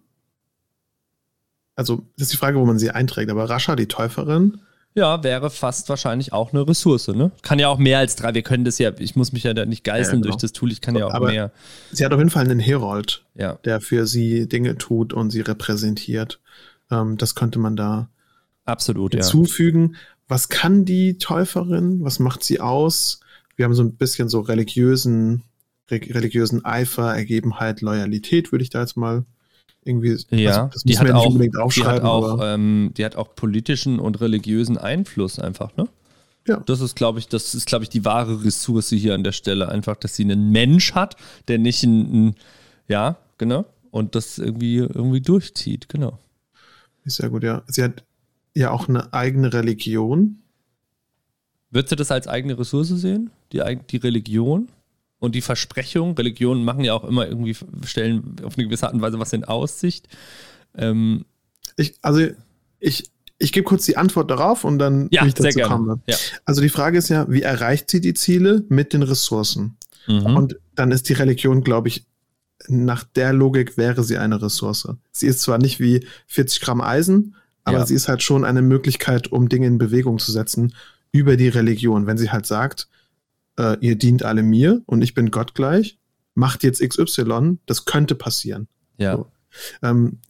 also das ist die Frage, wo man sie einträgt, aber Rascha, die Täuferin, Ja, wäre fast wahrscheinlich auch eine Ressource, ne? Kann ja auch mehr als drei. Wir können das ja, ich muss mich ja da nicht geißeln Ja, genau. durch das Tool, ich kann ja auch Aber- mehr. sie hat auf jeden Fall einen Herold, Ja, der für sie Dinge tut und sie repräsentiert. Ähm, das könnte man da absolut, ja. hinzufügen. Was kann die Täuferin? Was macht sie aus? Wir haben so ein bisschen so religiösen, re religiösen Eifer, Ergebenheit, Loyalität, würde ich da jetzt mal irgendwie, Ja, also das die müssen hat, wir nicht auch, unbedingt die, hat aufschreiben, auch, aber ähm, die hat auch politischen und religiösen Einfluss einfach, ne? ja. Das ist, glaube ich, das ist, glaube ich, die wahre Ressource hier an der Stelle. Einfach, dass sie einen Mensch hat, der nicht ein, ein ja, genau, und das irgendwie, irgendwie durchzieht, genau. Ist sehr gut, ja. Sie hat ja auch eine eigene Religion. Würdest du das als eigene Ressource sehen? Die, eig- die Religion und die Versprechung? Religionen machen ja auch immer irgendwie, stellen auf eine gewisse Art und Weise was in Aussicht. Ähm, Ich, also ich, ich gebe kurz die Antwort darauf und dann ja, will ich dazu sehr gerne. kommen. Ja. Also die Frage ist ja, wie erreicht sie die Ziele mit den Ressourcen? Mhm. Und dann ist die Religion, glaube ich, nach der Logik wäre sie eine Ressource. Sie ist zwar nicht wie vierzig Gramm Eisen, aber ja. sie ist halt schon eine Möglichkeit, um Dinge in Bewegung zu setzen über die Religion. Wenn sie halt sagt, äh, ihr dient alle mir und ich bin Gott gleich, macht jetzt X Y, das könnte passieren. Ja. So. Ähm,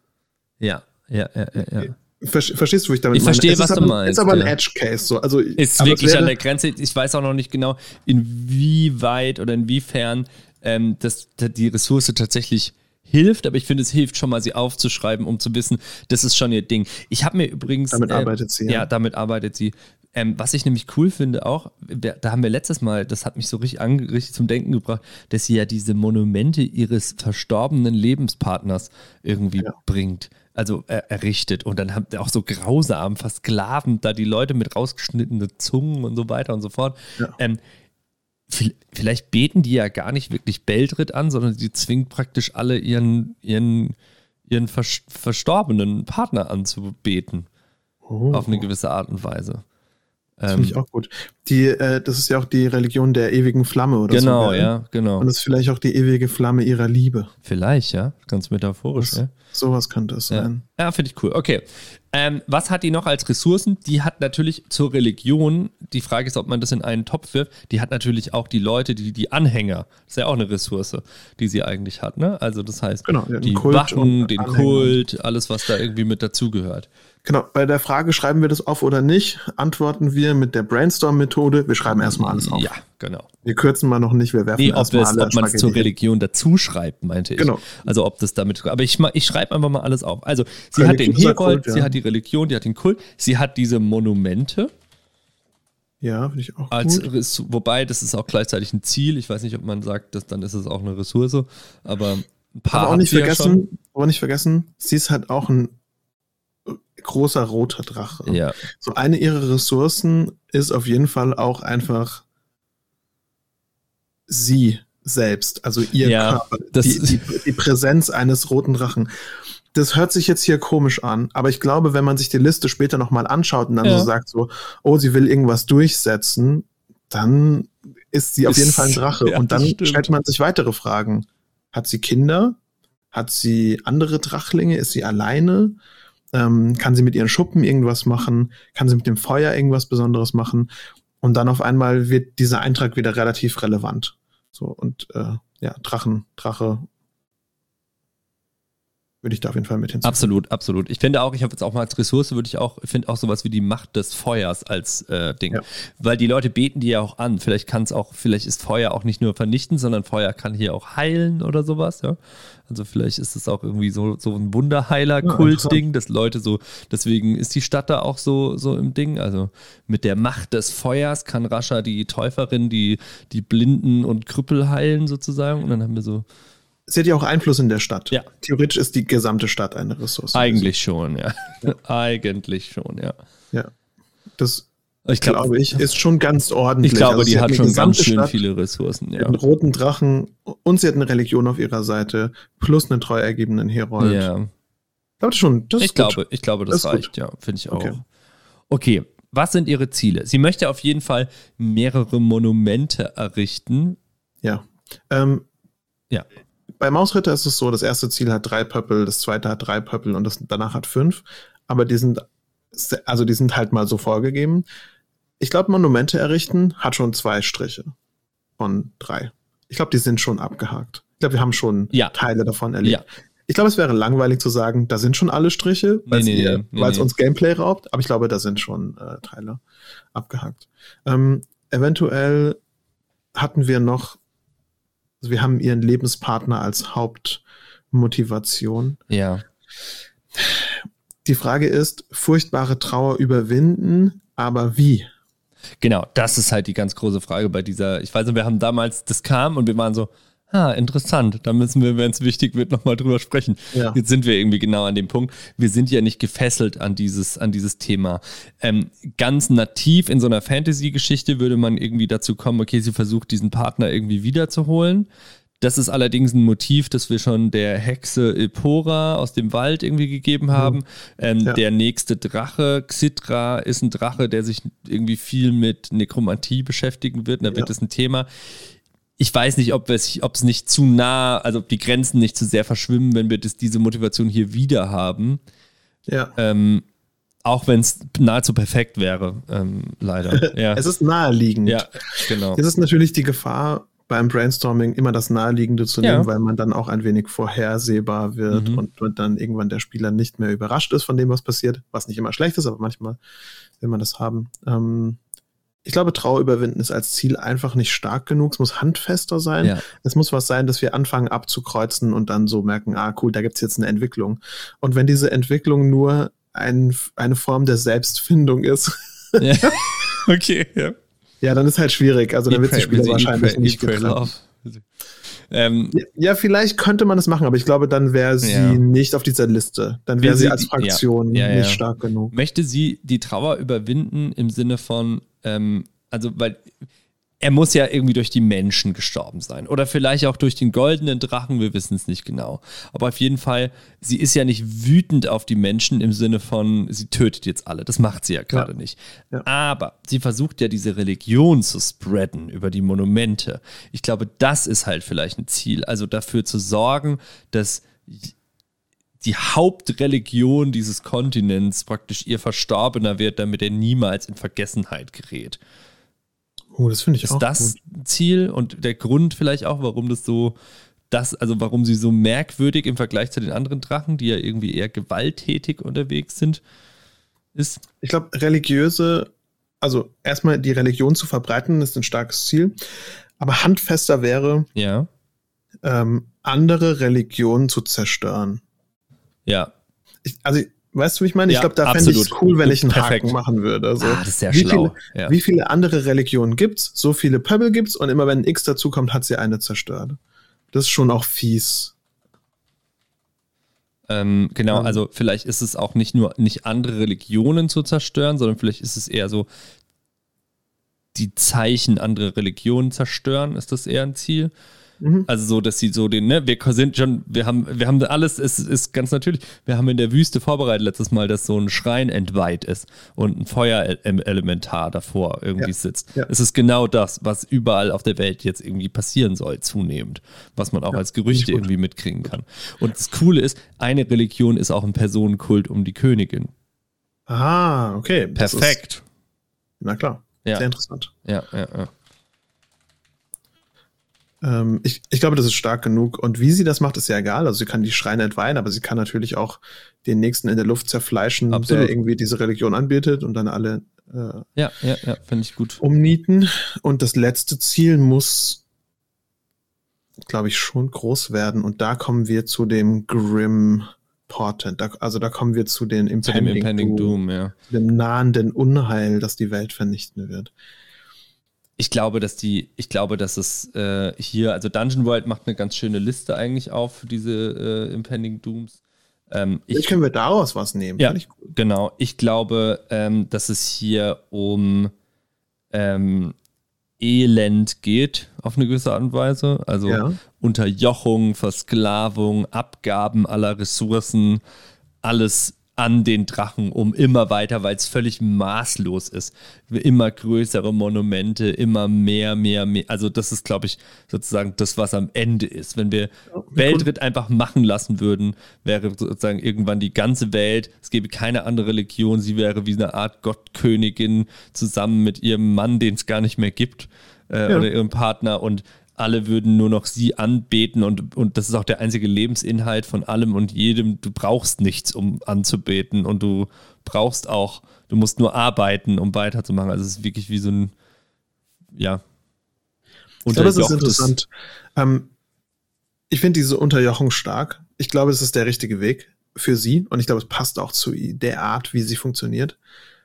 ja, ja, ja, ja, ja. Verstehst du, wo ich damit ich meine? Ich verstehe, was aber, du meinst. Ist aber ja. ein Edge-Case. So. Also, ist wirklich an der Grenze. Ich weiß auch noch nicht genau, inwieweit oder inwiefern ähm, das, die Ressource tatsächlich hilft, aber ich finde, es hilft schon mal, sie aufzuschreiben, um zu wissen, das ist schon ihr Ding. Ich habe mir übrigens... Damit äh, arbeitet sie. Ja, ja damit arbeitet sie. Ähm, was ich nämlich cool finde auch, da haben wir letztes Mal, das hat mich so richtig, ange, richtig zum Denken gebracht, dass sie ja diese Monumente ihres verstorbenen Lebenspartners irgendwie ja. bringt. Also äh, errichtet und dann haben auch so grausam, versklavend da die Leute mit rausgeschnittenen Zungen und so weiter und so fort. Ja. Ähm, vielleicht beten die ja gar nicht wirklich Beldrit an, sondern sie zwingt praktisch alle ihren, ihren, ihren vers- verstorbenen Partner anzubeten. Oh. Auf eine gewisse Art und Weise. Das finde ich auch gut. Die, äh, das ist ja auch die Religion der ewigen Flamme oder genau, so. Genau, ja, genau. Und das ist vielleicht auch die ewige Flamme ihrer Liebe. Vielleicht, ja. Ganz metaphorisch, das, ja. Sowas könnte es ja. sein. Ja, finde ich cool. Okay. Ähm, was hat die noch als Ressourcen? Die hat natürlich zur Religion, die Frage ist, ob man das in einen Topf wirft, die hat natürlich auch die Leute, die, die Anhänger. Das ist ja auch eine Ressource, die sie eigentlich hat, ne? Also das heißt, genau, ja, die Kult Wachen, den Anhänger. Kult, alles, was da irgendwie mit dazugehört. Genau, bei der Frage, schreiben wir das auf oder nicht, antworten wir mit der Brainstorm-Methode. Wir schreiben erstmal alles auf. Ja, genau. Wir kürzen mal noch nicht, wir werfen nee, erstmal alle ob man es zur Religion dazu schreibt, meinte ich. Genau. Also ob das damit, aber ich, ich schreibe einfach mal alles auf. Also sie Religion hat den Herold, ja. sie hat die Religion, die hat den Kult, sie hat diese Monumente. Ja, finde ich auch als, gut. Wobei, das ist auch gleichzeitig ein Ziel. Ich weiß nicht, ob man sagt, dass, dann ist es auch eine Ressource, aber ein paar aber auch nicht vergessen, ja aber nicht vergessen, sie ist halt auch ein großer roter Drache. Ja. So eine ihrer Ressourcen ist auf jeden Fall auch einfach sie selbst, also ihr ja, Körper, die, die, die Präsenz eines roten Drachen. Das hört sich jetzt hier komisch an, aber ich glaube, wenn man sich die Liste später nochmal anschaut und dann ja. so sagt so, oh, sie will irgendwas durchsetzen, dann ist sie auf jeden Fall ein Drache. Ja, und dann stellt man sich weitere Fragen. Hat sie Kinder? Hat sie andere Drachlinge? Ist sie alleine? Ähm, kann sie mit ihren Schuppen irgendwas machen? Kann sie mit dem Feuer irgendwas Besonderes machen? Und dann auf einmal wird dieser Eintrag wieder relativ relevant. So, und äh, ja, Drachen, Drache würde ich da auf jeden Fall mit hinzufügen. Absolut, absolut. Ich finde auch, ich habe jetzt auch mal als Ressource, würde ich auch, finde auch sowas wie die Macht des Feuers als äh, Ding. Ja. Weil die Leute beten die ja auch an. Vielleicht kann es auch, vielleicht ist Feuer auch nicht nur vernichten, sondern Feuer kann hier auch heilen oder sowas, ja. Also vielleicht ist es auch irgendwie so, so ein Wunderheiler-Kult-Ding, ja, dass Leute so, deswegen ist die Stadt da auch so, so im Ding. Also mit der Macht des Feuers kann Rascha die Täuferin, die, die Blinden und Krüppel heilen sozusagen. Und dann haben wir so. Sie hat ja auch Einfluss in der Stadt. Ja. Theoretisch ist die gesamte Stadt eine Ressource. Eigentlich schon, ja. ja. Eigentlich schon, ja. Ja. Das, ich glaub, glaube ich, ist schon ganz ordentlich. Ich glaube, also die hat schon ganz schön Stadt, viele Ressourcen, ja. Einen roten Drachen und sie hat eine Religion auf ihrer Seite plus einen treu ergebenen Herold. Ja. Ich glaube schon, das ich ist glaube, gut. Ich glaube, das, das reicht, gut. Ja. Finde ich auch. Okay. okay, was sind ihre Ziele? Sie möchte auf jeden Fall mehrere Monumente errichten. Ja. Ähm, ja. Bei Mausritter ist es so, das erste Ziel hat drei Pöppel, das zweite hat drei Pöppel und das danach hat fünf. Aber die sind, also die sind halt mal so vorgegeben. Ich glaube, Monumente errichten hat schon zwei Striche von drei. Ich glaube, die sind schon abgehakt. Ich glaube, wir haben schon ja. Teile davon erlebt. Ja. Ich glaube, es wäre langweilig zu sagen, da sind schon alle Striche, weil nee, nee, nee, es nee. uns Gameplay raubt. Aber ich glaube, da sind schon äh, Teile abgehakt. Ähm, eventuell hatten wir noch Also wir haben ihren Lebenspartner als Hauptmotivation. Ja. Die Frage ist, furchtbare Trauer überwinden, aber wie? Genau, das ist halt die ganz große Frage bei dieser, ich weiß nicht, wir haben damals, das kam und wir waren so, ah, interessant, da müssen wir, wenn es wichtig wird, nochmal drüber sprechen. Ja. Jetzt sind wir irgendwie genau an dem Punkt. Wir sind ja nicht gefesselt an dieses, an dieses Thema. Ähm, ganz nativ in so einer Fantasy-Geschichte würde man irgendwie dazu kommen, okay, sie versucht, diesen Partner irgendwie wiederzuholen. Das ist allerdings ein Motiv, das wir schon der Hexe Epora aus dem Wald irgendwie gegeben haben. Mhm. Ähm, ja. Der nächste Drache, Xithra, ist ein Drache, der sich irgendwie viel mit Nekromantie beschäftigen wird. Und da wird es ja. ein Thema. Ich weiß nicht, ob es, ob es nicht zu nah, also ob die Grenzen nicht zu sehr verschwimmen, wenn wir das, diese Motivation hier wieder haben. Ja. Ähm, auch wenn es nahezu perfekt wäre, ähm, leider. Ja. Es ist naheliegend. Ja, genau. Es ist natürlich die Gefahr, beim Brainstorming immer das Naheliegende zu nehmen, ja. weil man dann auch ein wenig vorhersehbar wird mhm. und, und dann irgendwann der Spieler nicht mehr überrascht ist von dem, was passiert, was nicht immer schlecht ist, aber manchmal will man das haben. Ähm, ich glaube, Trauer überwinden ist als Ziel einfach nicht stark genug. Es muss handfester sein. Ja. Es muss was sein, dass wir anfangen abzukreuzen und dann so merken, ah cool, da gibt's jetzt eine Entwicklung. Und wenn diese Entwicklung nur ein, eine Form der Selbstfindung ist, ja. okay, ja. Ja, dann ist halt schwierig. Also dann wird die Spieler wahrscheinlich nicht getrennt. Ähm, ja, ja, vielleicht könnte man das machen, aber ich glaube, dann wäre sie ja. nicht auf dieser Liste. Dann wäre sie als Fraktion ja, ja, nicht ja. stark genug. Möchte sie die Trauer überwinden im Sinne von, ähm, also weil er muss ja irgendwie durch die Menschen gestorben sein. Oder vielleicht auch durch den goldenen Drachen, wir wissen es nicht genau. Aber auf jeden Fall, sie ist ja nicht wütend auf die Menschen im Sinne von, sie tötet jetzt alle. Das macht sie ja gerade ja. nicht. Ja. Aber sie versucht ja diese Religion zu spreaden über die Monumente. Ich glaube, das ist halt vielleicht ein Ziel. Also dafür zu sorgen, dass die Hauptreligion dieses Kontinents praktisch ihr Verstorbener wird, damit er niemals in Vergessenheit gerät. Oh, das finde ich ist auch das gut. Ziel und der Grund vielleicht auch, warum das so, das, also warum sie so merkwürdig im Vergleich zu den anderen Drachen, die ja irgendwie eher gewalttätig unterwegs sind, ist? Ich glaube, religiöse, also erstmal die Religion zu verbreiten, ist ein starkes Ziel, aber handfester wäre, ja. ähm, andere Religionen zu zerstören. Ja. Ich, also weißt du, wie ich meine? Ich ja, glaube, da fände ich es cool, wenn ich einen Perfekt. Haken machen würde. Also, ah, das ist sehr wie schlau. Viele, ja. Wie viele andere Religionen gibt's? So viele Pöbel gibt's und immer wenn ein X dazukommt, hat sie eine zerstört. Das ist schon auch fies. Ähm, genau, ähm. also vielleicht ist es auch nicht nur, nicht andere Religionen zu zerstören, sondern vielleicht ist es eher so, die Zeichen anderer Religionen zerstören, ist das eher ein Ziel? Mhm. Also so, dass sie so den, ne, wir sind schon, wir haben, wir haben alles, es ist ganz natürlich, wir haben in der Wüste vorbereitet letztes Mal, dass so ein Schrein entweiht ist und ein Feuerelementar davor irgendwie ja. sitzt. Ja. Es ist genau das, was überall auf der Welt jetzt irgendwie passieren soll, zunehmend, was man auch ja, als Gerüchte irgendwie mitkriegen kann. Und das Coole ist, eine Religion ist auch ein Personenkult um die Königin. Ah, okay. Perfekt. Ist, na klar, ja. sehr interessant. Ja, ja, ja. Ich, ich glaube, das ist stark genug. Und wie sie das macht, ist ja egal. Also sie kann die Schreine entweihen, aber sie kann natürlich auch den Nächsten in der Luft zerfleischen, Absolut. der irgendwie diese Religion anbietet und dann alle äh, ja, ja, ja, finde ich gut. umnieten. Und das letzte Ziel muss, glaube ich, schon groß werden. Und da kommen wir zu dem Grim Portent. Da, also da kommen wir zu den Impending, zu dem Impending Doom, Doom, ja. dem nahenden Unheil, das die Welt vernichten wird. Ich glaube, dass die, ich glaube, dass es äh, hier, also Dungeon World macht eine ganz schöne Liste eigentlich auf für diese äh, Impending Dooms. Ähm, Vielleicht können wir daraus was nehmen. Ja, ich genau. Ich glaube, ähm, dass es hier um ähm, Elend geht, auf eine gewisse Art und Weise. Also ja. Unterjochung, Versklavung, Abgaben aller Ressourcen, alles an den Drachen, um immer weiter, weil es völlig maßlos ist. Immer größere Monumente, immer mehr, mehr, mehr. Also das ist, glaube ich, sozusagen das, was am Ende ist. Wenn wir ja, Weltritt cool. einfach machen lassen würden, wäre sozusagen irgendwann die ganze Welt, es gäbe keine andere Religion, sie wäre wie eine Art Gottkönigin zusammen mit ihrem Mann, den es gar nicht mehr gibt, äh, ja. oder ihrem Partner, und alle würden nur noch sie anbeten, und, und das ist auch der einzige Lebensinhalt von allem und jedem. Du brauchst nichts, um anzubeten, und du brauchst auch, du musst nur arbeiten, um weiterzumachen. Also es ist wirklich wie so ein, ja. Ich glaube, das ist interessant. Ähm, ich finde diese Unterjochung stark. Ich glaube, es ist der richtige Weg für sie, und ich glaube, es passt auch zu der Art, wie sie funktioniert.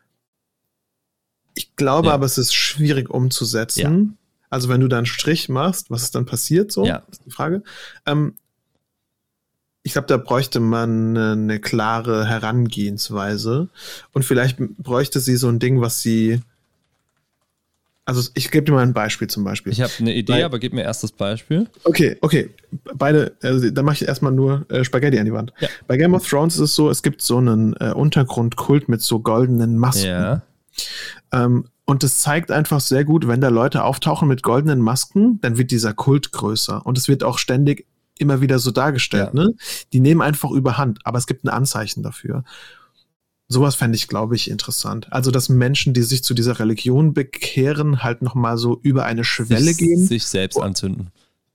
Ich glaube ja. aber, es ist schwierig umzusetzen. Ja. Also wenn du da einen Strich machst, was ist dann passiert so? Ja. Ist die Frage. Ähm, ich glaube, da bräuchte man eine, eine klare Herangehensweise. Und vielleicht bräuchte sie so ein Ding, was sie Also ich gebe dir mal ein Beispiel zum Beispiel. Ich habe eine Idee, Weil, aber gib mir erst das Beispiel. Okay, okay. Beide, also dann mache ich erstmal nur äh, Spaghetti an die Wand. Ja. Bei Game of Thrones ist es so, es gibt so einen äh, Untergrundkult mit so goldenen Masken. Ja. Ähm, und es zeigt einfach sehr gut, wenn da Leute auftauchen mit goldenen Masken, dann wird dieser Kult größer. Und es wird auch ständig immer wieder so dargestellt. Ja. Ne? Die nehmen einfach überhand, aber es gibt ein Anzeichen dafür. Sowas fände ich, glaube ich, interessant. Also, dass Menschen, die sich zu dieser Religion bekehren, halt nochmal so über eine Schwelle sich, gehen. Sich selbst anzünden.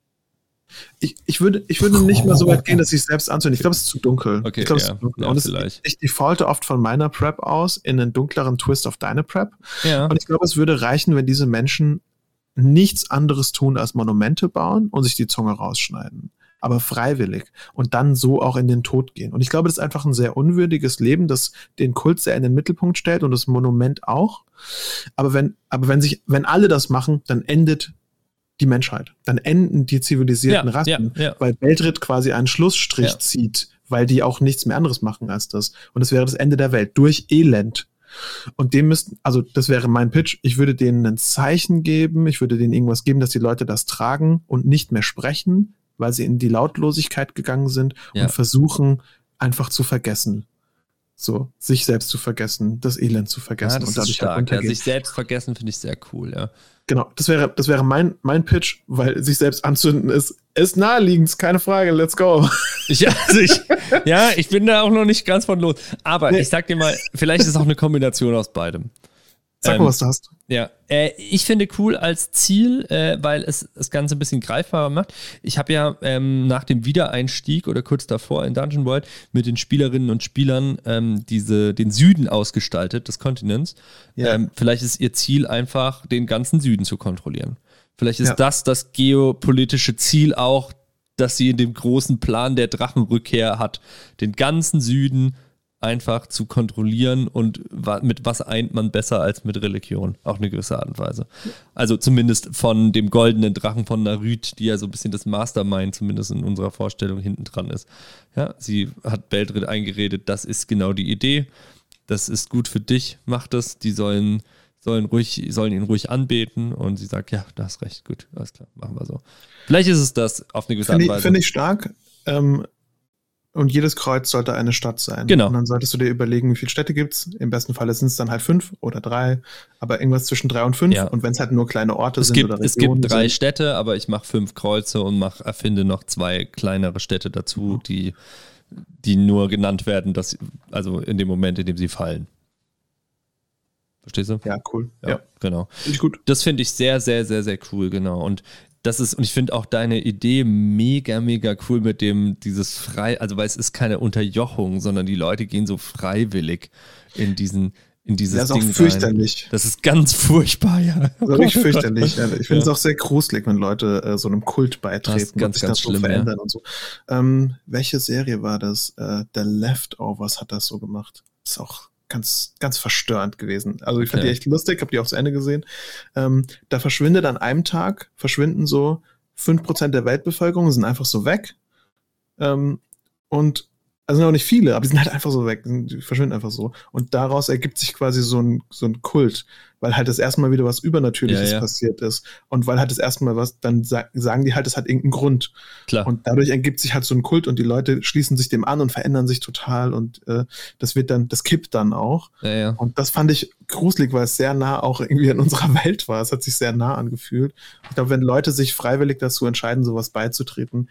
Ich, ich würde, ich würde nicht mal so weit gehen, dass ich selbst anzünde. Ich glaube, es ist zu dunkel. Okay, ich glaube, ja, es ist zu dunkel. Ja, und vielleicht. Es, ich defalte oft von meiner Prep aus in einen dunkleren Twist auf deine Prep. Ja. Und ich glaube, es würde reichen, wenn diese Menschen nichts anderes tun, als Monumente bauen und sich die Zunge rausschneiden. Aber freiwillig und dann so auch in den Tod gehen. Und ich glaube, das ist einfach ein sehr unwürdiges Leben, das den Kult sehr in den Mittelpunkt stellt und das Monument auch. Aber wenn, aber wenn sich, wenn alle das machen, dann endet die Menschheit. Dann enden die zivilisierten ja, Rassen, ja, ja. weil Beldrid quasi einen Schlussstrich ja. zieht, weil die auch nichts mehr anderes machen als das. Und das wäre das Ende der Welt durch Elend. Und dem müssten, also das wäre mein Pitch, ich würde denen ein Zeichen geben, ich würde denen irgendwas geben, dass die Leute das tragen und nicht mehr sprechen, weil sie in die Lautlosigkeit gegangen sind ja. und versuchen, einfach zu vergessen. So, sich selbst zu vergessen, das Elend zu vergessen. Ja, das und dadurch ist stark. Halt ja, sich selbst vergessen finde ich sehr cool, ja. Genau, das wäre, das wäre mein, mein Pitch, weil sich selbst anzünden ist, ist naheliegend, keine Frage, let's go. Ich, also ich, ja, ich bin da auch noch nicht ganz von los. Aber nee. ich sag dir mal, vielleicht ist es auch eine Kombination aus beidem. Sag mal, ähm, was du hast. Ja, äh, ich finde cool als Ziel, äh, weil es das Ganze ein bisschen greifbarer macht. Ich habe ja ähm, nach dem Wiedereinstieg oder kurz davor in Dungeon World mit den Spielerinnen und Spielern ähm, diese, den Süden ausgestaltet, des Kontinents. Ja. Ähm, vielleicht ist ihr Ziel einfach, den ganzen Süden zu kontrollieren. Vielleicht ist ja. das das geopolitische Ziel auch, dass sie in dem großen Plan der Drachenrückkehr hat, den ganzen Süden einfach zu kontrollieren und mit was eint man besser als mit Religion, auf eine gewisse Art und Weise. Also zumindest von dem goldenen Drachen von Narüt, die ja so ein bisschen das Mastermind zumindest in unserer Vorstellung hinten dran ist. Ja, sie hat Beldrid eingeredet, das ist genau die Idee, das ist gut für dich, mach das, die sollen, sollen, ruhig, sollen ihn ruhig anbeten und sie sagt, ja, du hast recht, gut, alles klar, machen wir so. Vielleicht ist es das auf eine gewisse Art und Weise. Finde ich stark, ähm, und jedes Kreuz sollte eine Stadt sein. Genau. Und dann solltest du dir überlegen, wie viele Städte gibt's. Im besten Fall sind es dann halt fünf oder drei, aber irgendwas zwischen drei und fünf. Ja. Und wenn es halt nur kleine Orte es sind gibt, oder Regionen. Es gibt drei sind. Städte, aber ich mache fünf Kreuze und mach, erfinde noch zwei kleinere Städte dazu, mhm. die, die nur genannt werden, dass, also in dem Moment, in dem sie fallen. Verstehst du? Ja, cool. Ja, ja. Genau. Finde ich gut. Das finde ich sehr, sehr, sehr, sehr cool, genau. Und das ist, und ich finde auch deine Idee mega, mega cool mit dem, dieses frei, also weil es ist keine Unterjochung, sondern die Leute gehen so freiwillig in diesen, in dieses das ist Ding auch fürchterlich. Rein. Das ist ganz furchtbar, ja. Das ist wirklich fürchterlich. Ja. Ich finde es ja. auch sehr gruselig, wenn Leute äh, so einem Kult beitreten ganz, und sich ganz das so schlimm, verändern ja. und so. Ähm, welche Serie war das? Äh, The Leftovers hat das so gemacht. Ist auch ganz, ganz verstörend gewesen. Also ich okay. fand die echt lustig, habe die auch zu Ende gesehen. Ähm, da verschwindet an einem Tag, verschwinden so fünf Prozent der Weltbevölkerung, sind einfach so weg. Ähm, und also sind auch nicht viele, aber die sind halt einfach so weg, die verschwinden einfach so. Und daraus ergibt sich quasi so ein, so ein Kult, weil halt das erste Mal wieder was Übernatürliches ja, ja. passiert ist. Und weil halt das erste Mal was, dann sa- sagen die halt, das hat irgendeinen Grund. Klar. Und dadurch ergibt sich halt so ein Kult und die Leute schließen sich dem an und verändern sich total und äh, das wird dann, das kippt dann auch. Ja, ja. Und das fand ich gruselig, weil es sehr nah auch irgendwie in unserer Welt war. Es hat sich sehr nah angefühlt. Ich glaube, wenn Leute sich freiwillig dazu entscheiden, sowas beizutreten,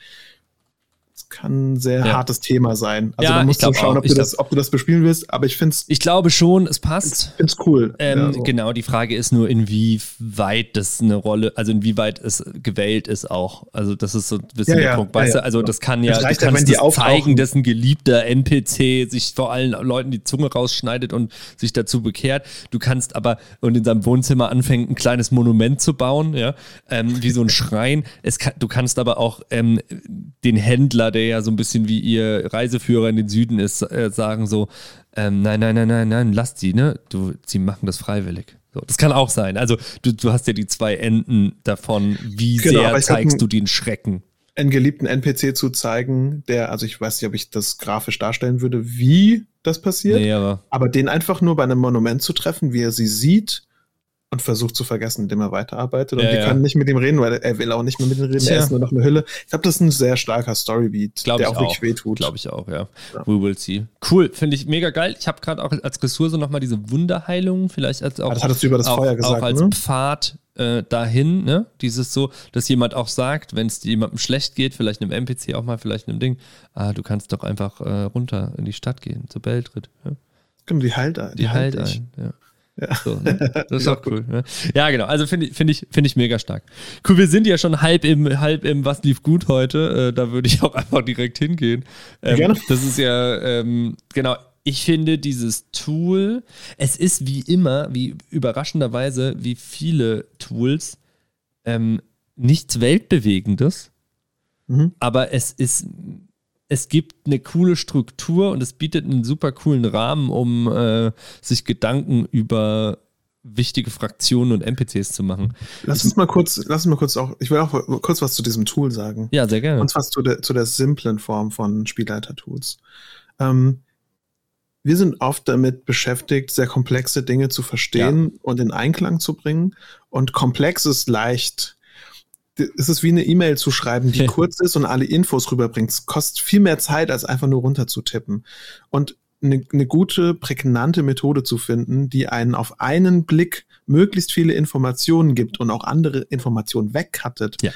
kann ein sehr ja. hartes Thema sein. Also ja, da musst du schauen, ob du, das, glaub, ob du das bespielen willst, aber ich finde es... Ich glaube schon, es passt. Ich finde es cool. Ähm, ja, so. Genau, die Frage ist nur, inwieweit das eine Rolle, also inwieweit es gewählt ist auch. Also das ist so ein bisschen ja, der ja, Punkt. Weißt ja, du, also das kann ja, das reicht du kannst ja, wenn die das zeigen, dass ein geliebter N P C sich vor allen Leuten die Zunge rausschneidet und sich dazu bekehrt. Du kannst aber, und in seinem Wohnzimmer anfängt, ein kleines Monument zu bauen, ja, ähm, wie so ein Schrein. Es kann, du kannst aber auch ähm, den Händler, der ja so ein bisschen wie ihr Reiseführer in den Süden ist, äh, sagen so, ähm, nein, nein, nein, nein, nein, lasst sie, ne? Du, sie machen das freiwillig. So, das kann auch sein. Also du, du hast ja die zwei Enden davon, wie genau, sehr zeigst glaub, du den Schrecken. Einen geliebten N P C zu zeigen, der, also ich weiß nicht, ob ich das grafisch darstellen würde, wie das passiert, nee, aber, aber den einfach nur bei einem Monument zu treffen, wie er sie sieht und versucht zu vergessen, indem er weiterarbeitet. Und Ja, die ja. können nicht mit ihm reden, weil er will auch nicht mehr mit ihnen reden. Tja. Er ist nur noch eine Hülle. Ich glaube, das ist ein sehr starker Storybeat, Glaub der ich auch wirklich wehtut. Glaube ich auch, ja. Ja. We will see. Cool, finde ich mega geil. Ich habe gerade auch als Ressource nochmal diese Wunderheilung, vielleicht als auch, Ah, das hattest du über das auch, Feuer gesagt, auch als ne? Pfad äh, dahin, ne? Dieses so, dass jemand auch sagt, wenn es jemandem schlecht geht, vielleicht einem N P C auch mal, vielleicht einem Ding, ah, du kannst doch einfach äh, runter in die Stadt gehen, zur Beltrid. Ja? Genau, die heilt ein. Die heilt dich. ein, ja. Ja. So, ne? Das ist Ja, auch cool. Ne? Ja, genau. Also finde ich, finde ich, finde ich mega stark. Cool, wir sind ja schon halb im, halb im Was lief gut heute. Äh, da würde ich auch einfach direkt hingehen. Ähm, Gerne. Das ist ja, ähm, genau. Ich finde dieses Tool, es ist wie immer, wie überraschenderweise, wie viele Tools, ähm, nichts Weltbewegendes, Mhm. aber es ist, es gibt eine coole Struktur und es bietet einen super coolen Rahmen, um äh, sich Gedanken über wichtige Fraktionen und N P Cs zu machen. Lass uns mal kurz, lass uns mal kurz auch, ich will auch kurz was zu diesem Tool sagen. Ja, sehr gerne. Und zwar zu der, zu der simplen Form von Spielleiter-Tools. Ähm, wir sind oft damit beschäftigt, sehr komplexe Dinge zu verstehen und in Einklang zu bringen. Und komplex ist leicht. Es ist wie eine E-Mail zu schreiben, die kurz ist und alle Infos rüberbringt. Es kostet viel mehr Zeit, als einfach nur runterzutippen. Und eine, eine gute, prägnante Methode zu finden, die einen auf einen Blick möglichst viele Informationen gibt und auch andere Informationen wegcuttet, Ja.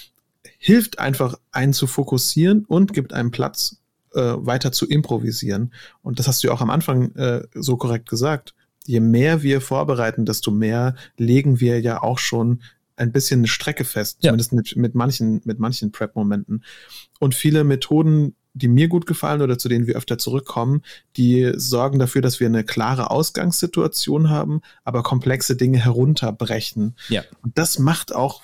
hilft einfach, einen zu fokussieren und gibt einem Platz, äh, weiter zu improvisieren. Und das hast du ja auch am Anfang äh, so korrekt gesagt. Je mehr wir vorbereiten, desto mehr legen wir ja auch schon ein bisschen eine Strecke fest, Ja. zumindest mit, mit manchen, mit manchen Prep-Momenten. Und viele Methoden, die mir gut gefallen oder zu denen wir öfter zurückkommen, die sorgen dafür, dass wir eine klare Ausgangssituation haben, aber komplexe Dinge herunterbrechen. Ja. Und das macht auch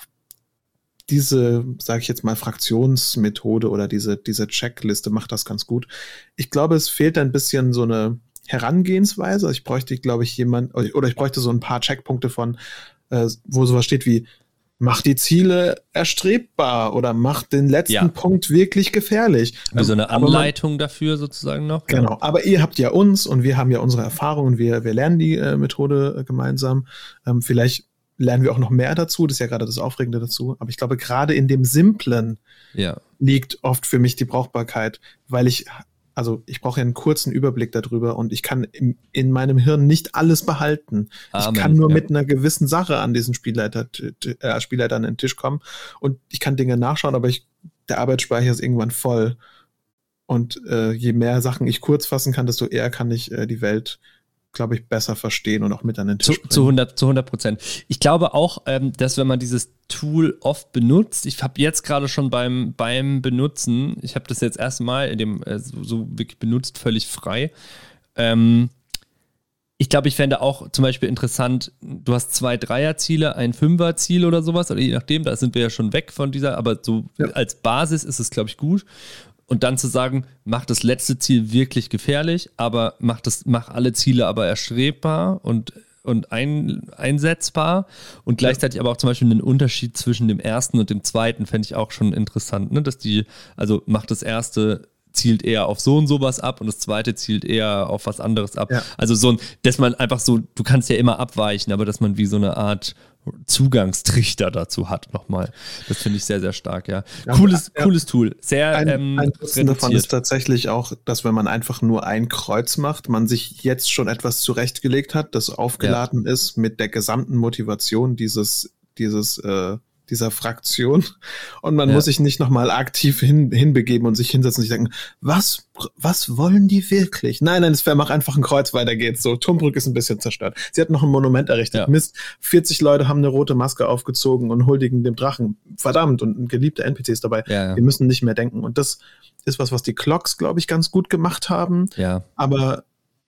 diese, sage ich jetzt mal, Fraktionsmethode oder diese, diese Checkliste macht das ganz gut. Ich glaube, es fehlt ein bisschen so eine Herangehensweise. Ich bräuchte, glaube ich, jemand, oder ich bräuchte so ein paar Checkpunkte von, äh, wo sowas steht wie, mach die Ziele erstrebbar oder mach den letzten Ja. Punkt wirklich gefährlich. Wie so eine Aber man- Anleitung dafür sozusagen noch. Genau, aber ihr habt ja uns und wir haben ja unsere Erfahrungen, wir, wir lernen die äh, Methode äh, gemeinsam. Ähm, vielleicht lernen wir auch noch mehr dazu, das ist ja gerade das Aufregende dazu. Aber ich glaube, gerade in dem Simplen Ja. liegt oft für mich die Brauchbarkeit, weil ich, also ich brauche ja einen kurzen Überblick darüber und ich kann im, in meinem Hirn nicht alles behalten. Amen, ich kann nur ja. mit einer gewissen Sache an diesen Spielleiter, äh, Spielleiter an den Tisch kommen und ich kann Dinge nachschauen, aber ich, der Arbeitsspeicher ist irgendwann voll. Und äh, je mehr Sachen ich kurz fassen kann, desto eher kann ich äh, die Welt, glaube ich, besser verstehen und auch mit an den Zu, Tisch bringen. zu hundert zu hundert Prozent. Ich glaube auch, ähm, dass wenn man dieses Tool oft benutzt, ich habe jetzt gerade schon beim, beim Benutzen, ich habe das jetzt erstmal in dem äh, so, so wirklich benutzt, völlig frei. Ähm, ich glaube, ich fände auch zum Beispiel interessant, du hast zwei Dreierziele, ein Fünferziel oder sowas, oder je nachdem, da sind wir ja schon weg von dieser, aber so Ja. als Basis ist es, glaube ich, gut. Und dann zu sagen, mach das letzte Ziel wirklich gefährlich, aber mach, das, mach alle Ziele aber erstrebbar und, und ein, einsetzbar. Und gleichzeitig aber auch zum Beispiel einen Unterschied zwischen dem ersten und dem zweiten fände ich auch schon interessant, ne? Dass die, also macht das erste zielt eher auf so und sowas ab und das zweite zielt eher auf was anderes ab. Ja. Also so ein, dass man einfach so, du kannst ja immer abweichen, aber dass man wie so eine Art Zugangstrichter dazu hat nochmal. Das finde ich sehr, sehr stark, ja. Ja, Cooles, ja. cooles Tool. Sehr Ein, ähm, ein Nutzen davon ist reduziert. tatsächlich auch, dass wenn man einfach nur ein Kreuz macht, man sich jetzt schon etwas zurechtgelegt hat, das aufgeladen ist mit der gesamten Motivation dieses, dieses, äh, dieser Fraktion. Und man Ja. muss sich nicht nochmal aktiv hin, hinbegeben und sich hinsetzen und sich denken, was, was wollen die wirklich? Nein, nein, es wäre mach einfach ein Kreuz, weiter geht's. So, Turmbrück ist ein bisschen zerstört. Sie hat noch ein Monument errichtet. Ja. Mist, vierzig Leute haben eine rote Maske aufgezogen und huldigen dem Drachen. Verdammt, und ein geliebter N P C ist dabei. Ja, ja. Wir müssen nicht mehr denken. Und das ist was, was die Clocks, glaube ich, ganz gut gemacht haben. Ja. Aber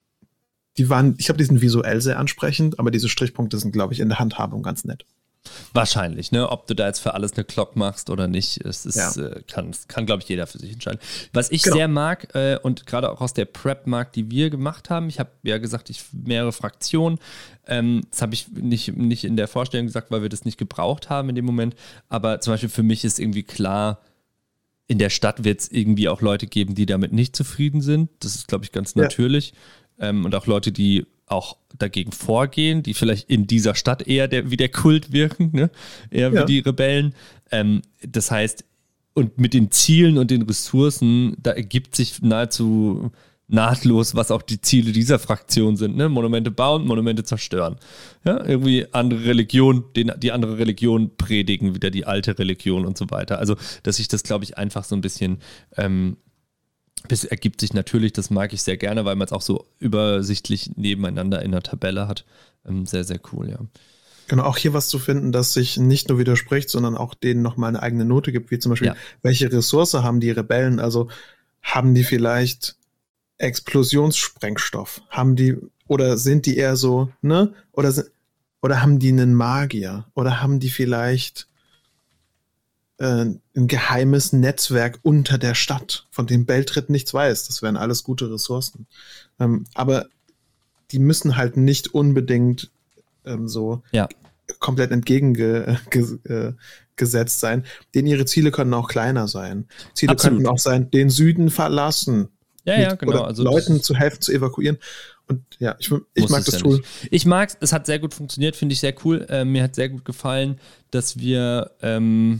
die waren, ich glaube, die sind visuell sehr ansprechend, aber diese Strichpunkte sind, glaube ich, in der Handhabung ganz nett. Wahrscheinlich, ne? Ob du da jetzt für alles eine Clock machst oder nicht, es ist, Ja. äh, kann, kann glaube ich, jeder für sich entscheiden. Was ich Genau. sehr mag äh, und gerade auch aus der Prep mag, die wir gemacht haben, ich habe ja gesagt, ich mehrere Fraktionen, ähm, das habe ich nicht, nicht in der Vorstellung gesagt, weil wir das nicht gebraucht haben in dem Moment, aber zum Beispiel für mich ist irgendwie klar, in der Stadt wird es irgendwie auch Leute geben, die damit nicht zufrieden sind. Das ist, glaube ich, ganz Ja. natürlich. Ähm, und auch Leute, die auch dagegen vorgehen, die vielleicht in dieser Stadt eher der, wie der Kult wirken, ne? Eher ja. wie die Rebellen. Ähm, das heißt, und mit den Zielen und den Ressourcen, da ergibt sich nahezu nahtlos, was auch die Ziele dieser Fraktion sind, ne? Monumente bauen, Monumente zerstören. Ja, irgendwie andere Religion, den, die andere Religion predigen, wieder die alte Religion und so weiter. Also, dass sich das, glaube ich, einfach so ein bisschen ähm, das ergibt sich natürlich, das mag ich sehr gerne, weil man es auch so übersichtlich nebeneinander in der Tabelle hat. Ähm, sehr, sehr cool, ja. Genau, auch hier was zu finden, das sich nicht nur widerspricht, sondern auch denen nochmal eine eigene Note gibt, wie zum Beispiel, ja. welche Ressource haben die Rebellen? Also haben die vielleicht Explosionssprengstoff? Haben die, oder sind die eher so, ne? Oder, oder haben die einen Magier? Oder haben die vielleicht äh, ein geheimes Netzwerk unter der Stadt, von dem Beltritt nichts weiß? Das wären alles gute Ressourcen. Ähm, aber die müssen halt nicht unbedingt ähm, so ja. komplett entgegengesetzt äh, sein. Denn ihre Ziele können auch kleiner sein. Ziele Absolut. könnten auch sein, den Süden verlassen. Ja, ja, genau. Oder also Leuten zu helfen, zu evakuieren. Und ja, ich, ich mag das ja Tool. Nicht. Ich mag es, es hat sehr gut funktioniert, finde ich sehr cool. Äh, mir hat sehr gut gefallen, dass wir ähm,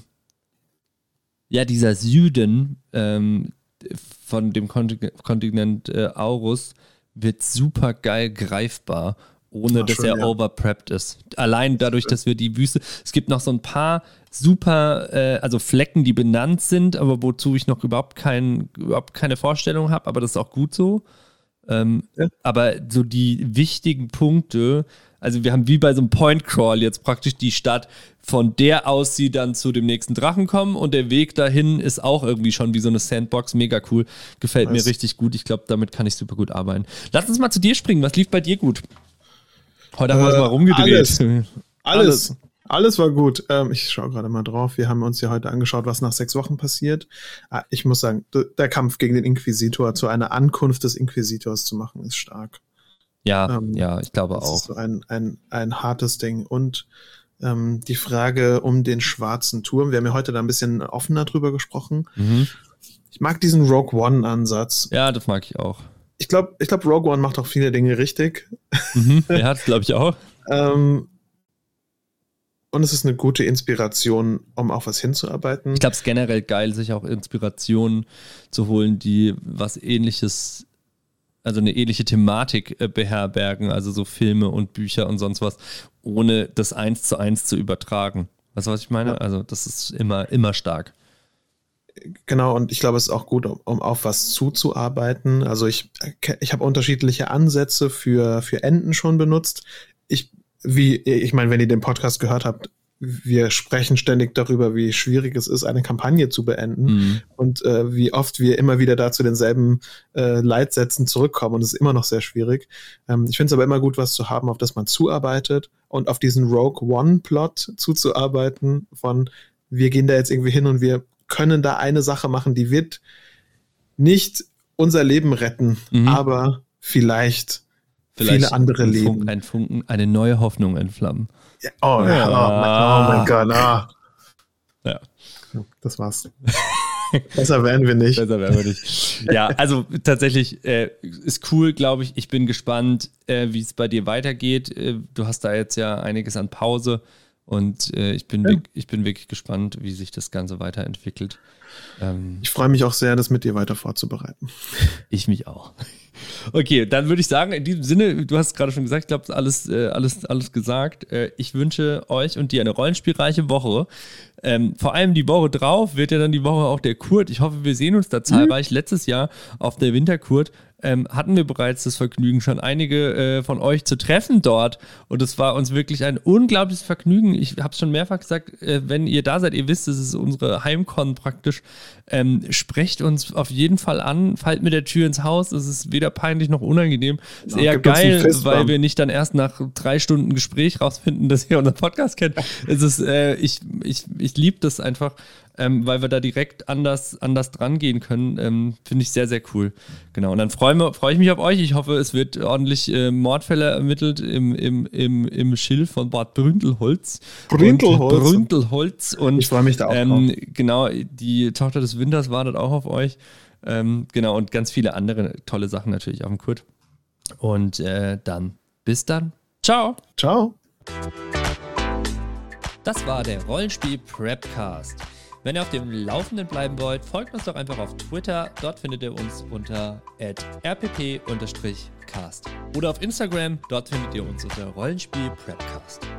ja, dieser Süden ähm, von dem Kontinent, Kontinent äh, Aurus wird super geil greifbar, ohne Ach, dass schön, er ja. overprepped ist. Allein dadurch, dass wir die Wüste, es gibt noch so ein paar super, äh, also Flecken, die benannt sind, aber wozu ich noch überhaupt, kein, überhaupt keine Vorstellung habe, aber das ist auch gut so. Ähm, ja. Aber so die wichtigen Punkte, also wir haben wie bei so einem Point Crawl jetzt praktisch die Stadt, von der aus sie dann zu dem nächsten Drachen kommen und der Weg dahin ist auch irgendwie schon wie so eine Sandbox, mega cool, gefällt nice. Mir richtig gut, ich glaube, damit kann ich super gut arbeiten. Lass uns mal zu dir springen, was lief bei dir gut? Heute haben wir äh, uns mal rumgedreht. Alles, alles, alles war gut. Ähm, ich schaue gerade mal drauf. Wir haben uns ja heute angeschaut, was nach sechs Wochen passiert. Ah, ich muss sagen, der Kampf gegen den Inquisitor zu einer Ankunft des Inquisitors zu machen, ist stark. Ja, ähm, ja, ich glaube das auch. Das ist so ein, ein, ein hartes Ding. Und ähm, die Frage um den schwarzen Turm. Wir haben ja heute da ein bisschen offener drüber gesprochen. Mhm. Ich mag diesen Rogue One-Ansatz. Ja, das mag ich auch. Ich glaube, ich glaub, Rogue One macht auch viele Dinge richtig. Mhm, er hat es, glaube ich, auch. ähm, und es ist eine gute Inspiration, um auf was hinzuarbeiten. Ich glaube, es ist generell geil, sich auch Inspirationen zu holen, die was Ähnliches, also eine ähnliche Thematik äh, beherbergen, also so Filme und Bücher und sonst was, ohne das eins zu eins zu übertragen. Weißt du, was ich meine? Ja. Also das ist immer, immer stark. Genau, und ich glaube, es ist auch gut, um, um auf was zuzuarbeiten. Also ich, ich habe unterschiedliche Ansätze für, für Enden schon benutzt. Ich, wie, ich meine, wenn ihr den Podcast gehört habt, wir sprechen ständig darüber, wie schwierig es ist, eine Kampagne zu beenden mhm. und äh, wie oft wir immer wieder da zu denselben äh, Leitsätzen zurückkommen und es ist immer noch sehr schwierig. Ähm, ich finde es aber immer gut, was zu haben, auf das man zuarbeitet und auf diesen Rogue One-Plot zuzuarbeiten von, wir gehen da jetzt irgendwie hin und wir können da eine Sache machen, die wird nicht unser Leben retten, mhm. aber vielleicht, vielleicht viele andere ein Leben. Funken, ein Funken, eine neue Hoffnung entflammen. Ja, oh, ja. oh, mein, oh mein Gott. Ah. Ja. Das war's. Besser werden wir nicht. Besser werden wir nicht. Ja, also tatsächlich äh, ist cool, glaube ich. Ich bin gespannt, äh, wie es bei dir weitergeht. Äh, du hast da jetzt ja einiges an Pause. Und äh, ich, bin ja. wirklich, ich bin wirklich gespannt, wie sich das Ganze weiterentwickelt. Ähm, ich freue mich auch sehr, das mit dir weiter vorzubereiten. Ich mich auch. Okay, dann würde ich sagen, in diesem Sinne, du hast es gerade schon gesagt, ich glaube, alles, äh, alles, alles gesagt. Äh, ich wünsche euch und dir eine rollenspielreiche Woche. Ähm, vor allem die Woche drauf wird ja dann die Woche auch der Kurt. Ich hoffe, wir sehen uns da zahlreich. Mhm. Letztes Jahr auf der Winterkurt ähm, hatten wir bereits das Vergnügen, schon einige äh, von euch zu treffen dort. Und es war uns wirklich ein unglaubliches Vergnügen. Ich habe es schon mehrfach gesagt, äh, wenn ihr da seid, ihr wisst, es ist unsere Heimcon praktisch. Ähm, sprecht uns auf jeden Fall an, fallt mit der Tür ins Haus. Es ist weder peinlich noch unangenehm. Es ist ja, eher geil, weil wir nicht dann erst nach drei Stunden Gespräch rausfinden, dass ihr unseren Podcast kennt. Es ist, äh, ich, ich, ich liebe das einfach, ähm, weil wir da direkt anders, anders dran gehen können. Ähm, Finde ich sehr, sehr cool. Genau. Und dann freue freu ich mich auf euch. Ich hoffe, es wird ordentlich äh, Mordfälle ermittelt im, im, im, im Schilf von Bad Brüntelholz. Brüntelholz. Und Brüntelholz. Und, ich freue mich da auch ähm, drauf. Genau, die Tochter des Winters wartet auch auf euch. Ähm, genau, und ganz viele andere tolle Sachen natürlich auf dem Kurt. Und äh, dann Bis dann. Ciao. Ciao. Das war der Rollenspiel-Prepcast. Wenn ihr auf dem Laufenden bleiben wollt, folgt uns doch einfach auf Twitter. Dort findet ihr uns unter at r p p cast. Oder auf Instagram, dort findet ihr uns unter Rollenspiel-Prepcast.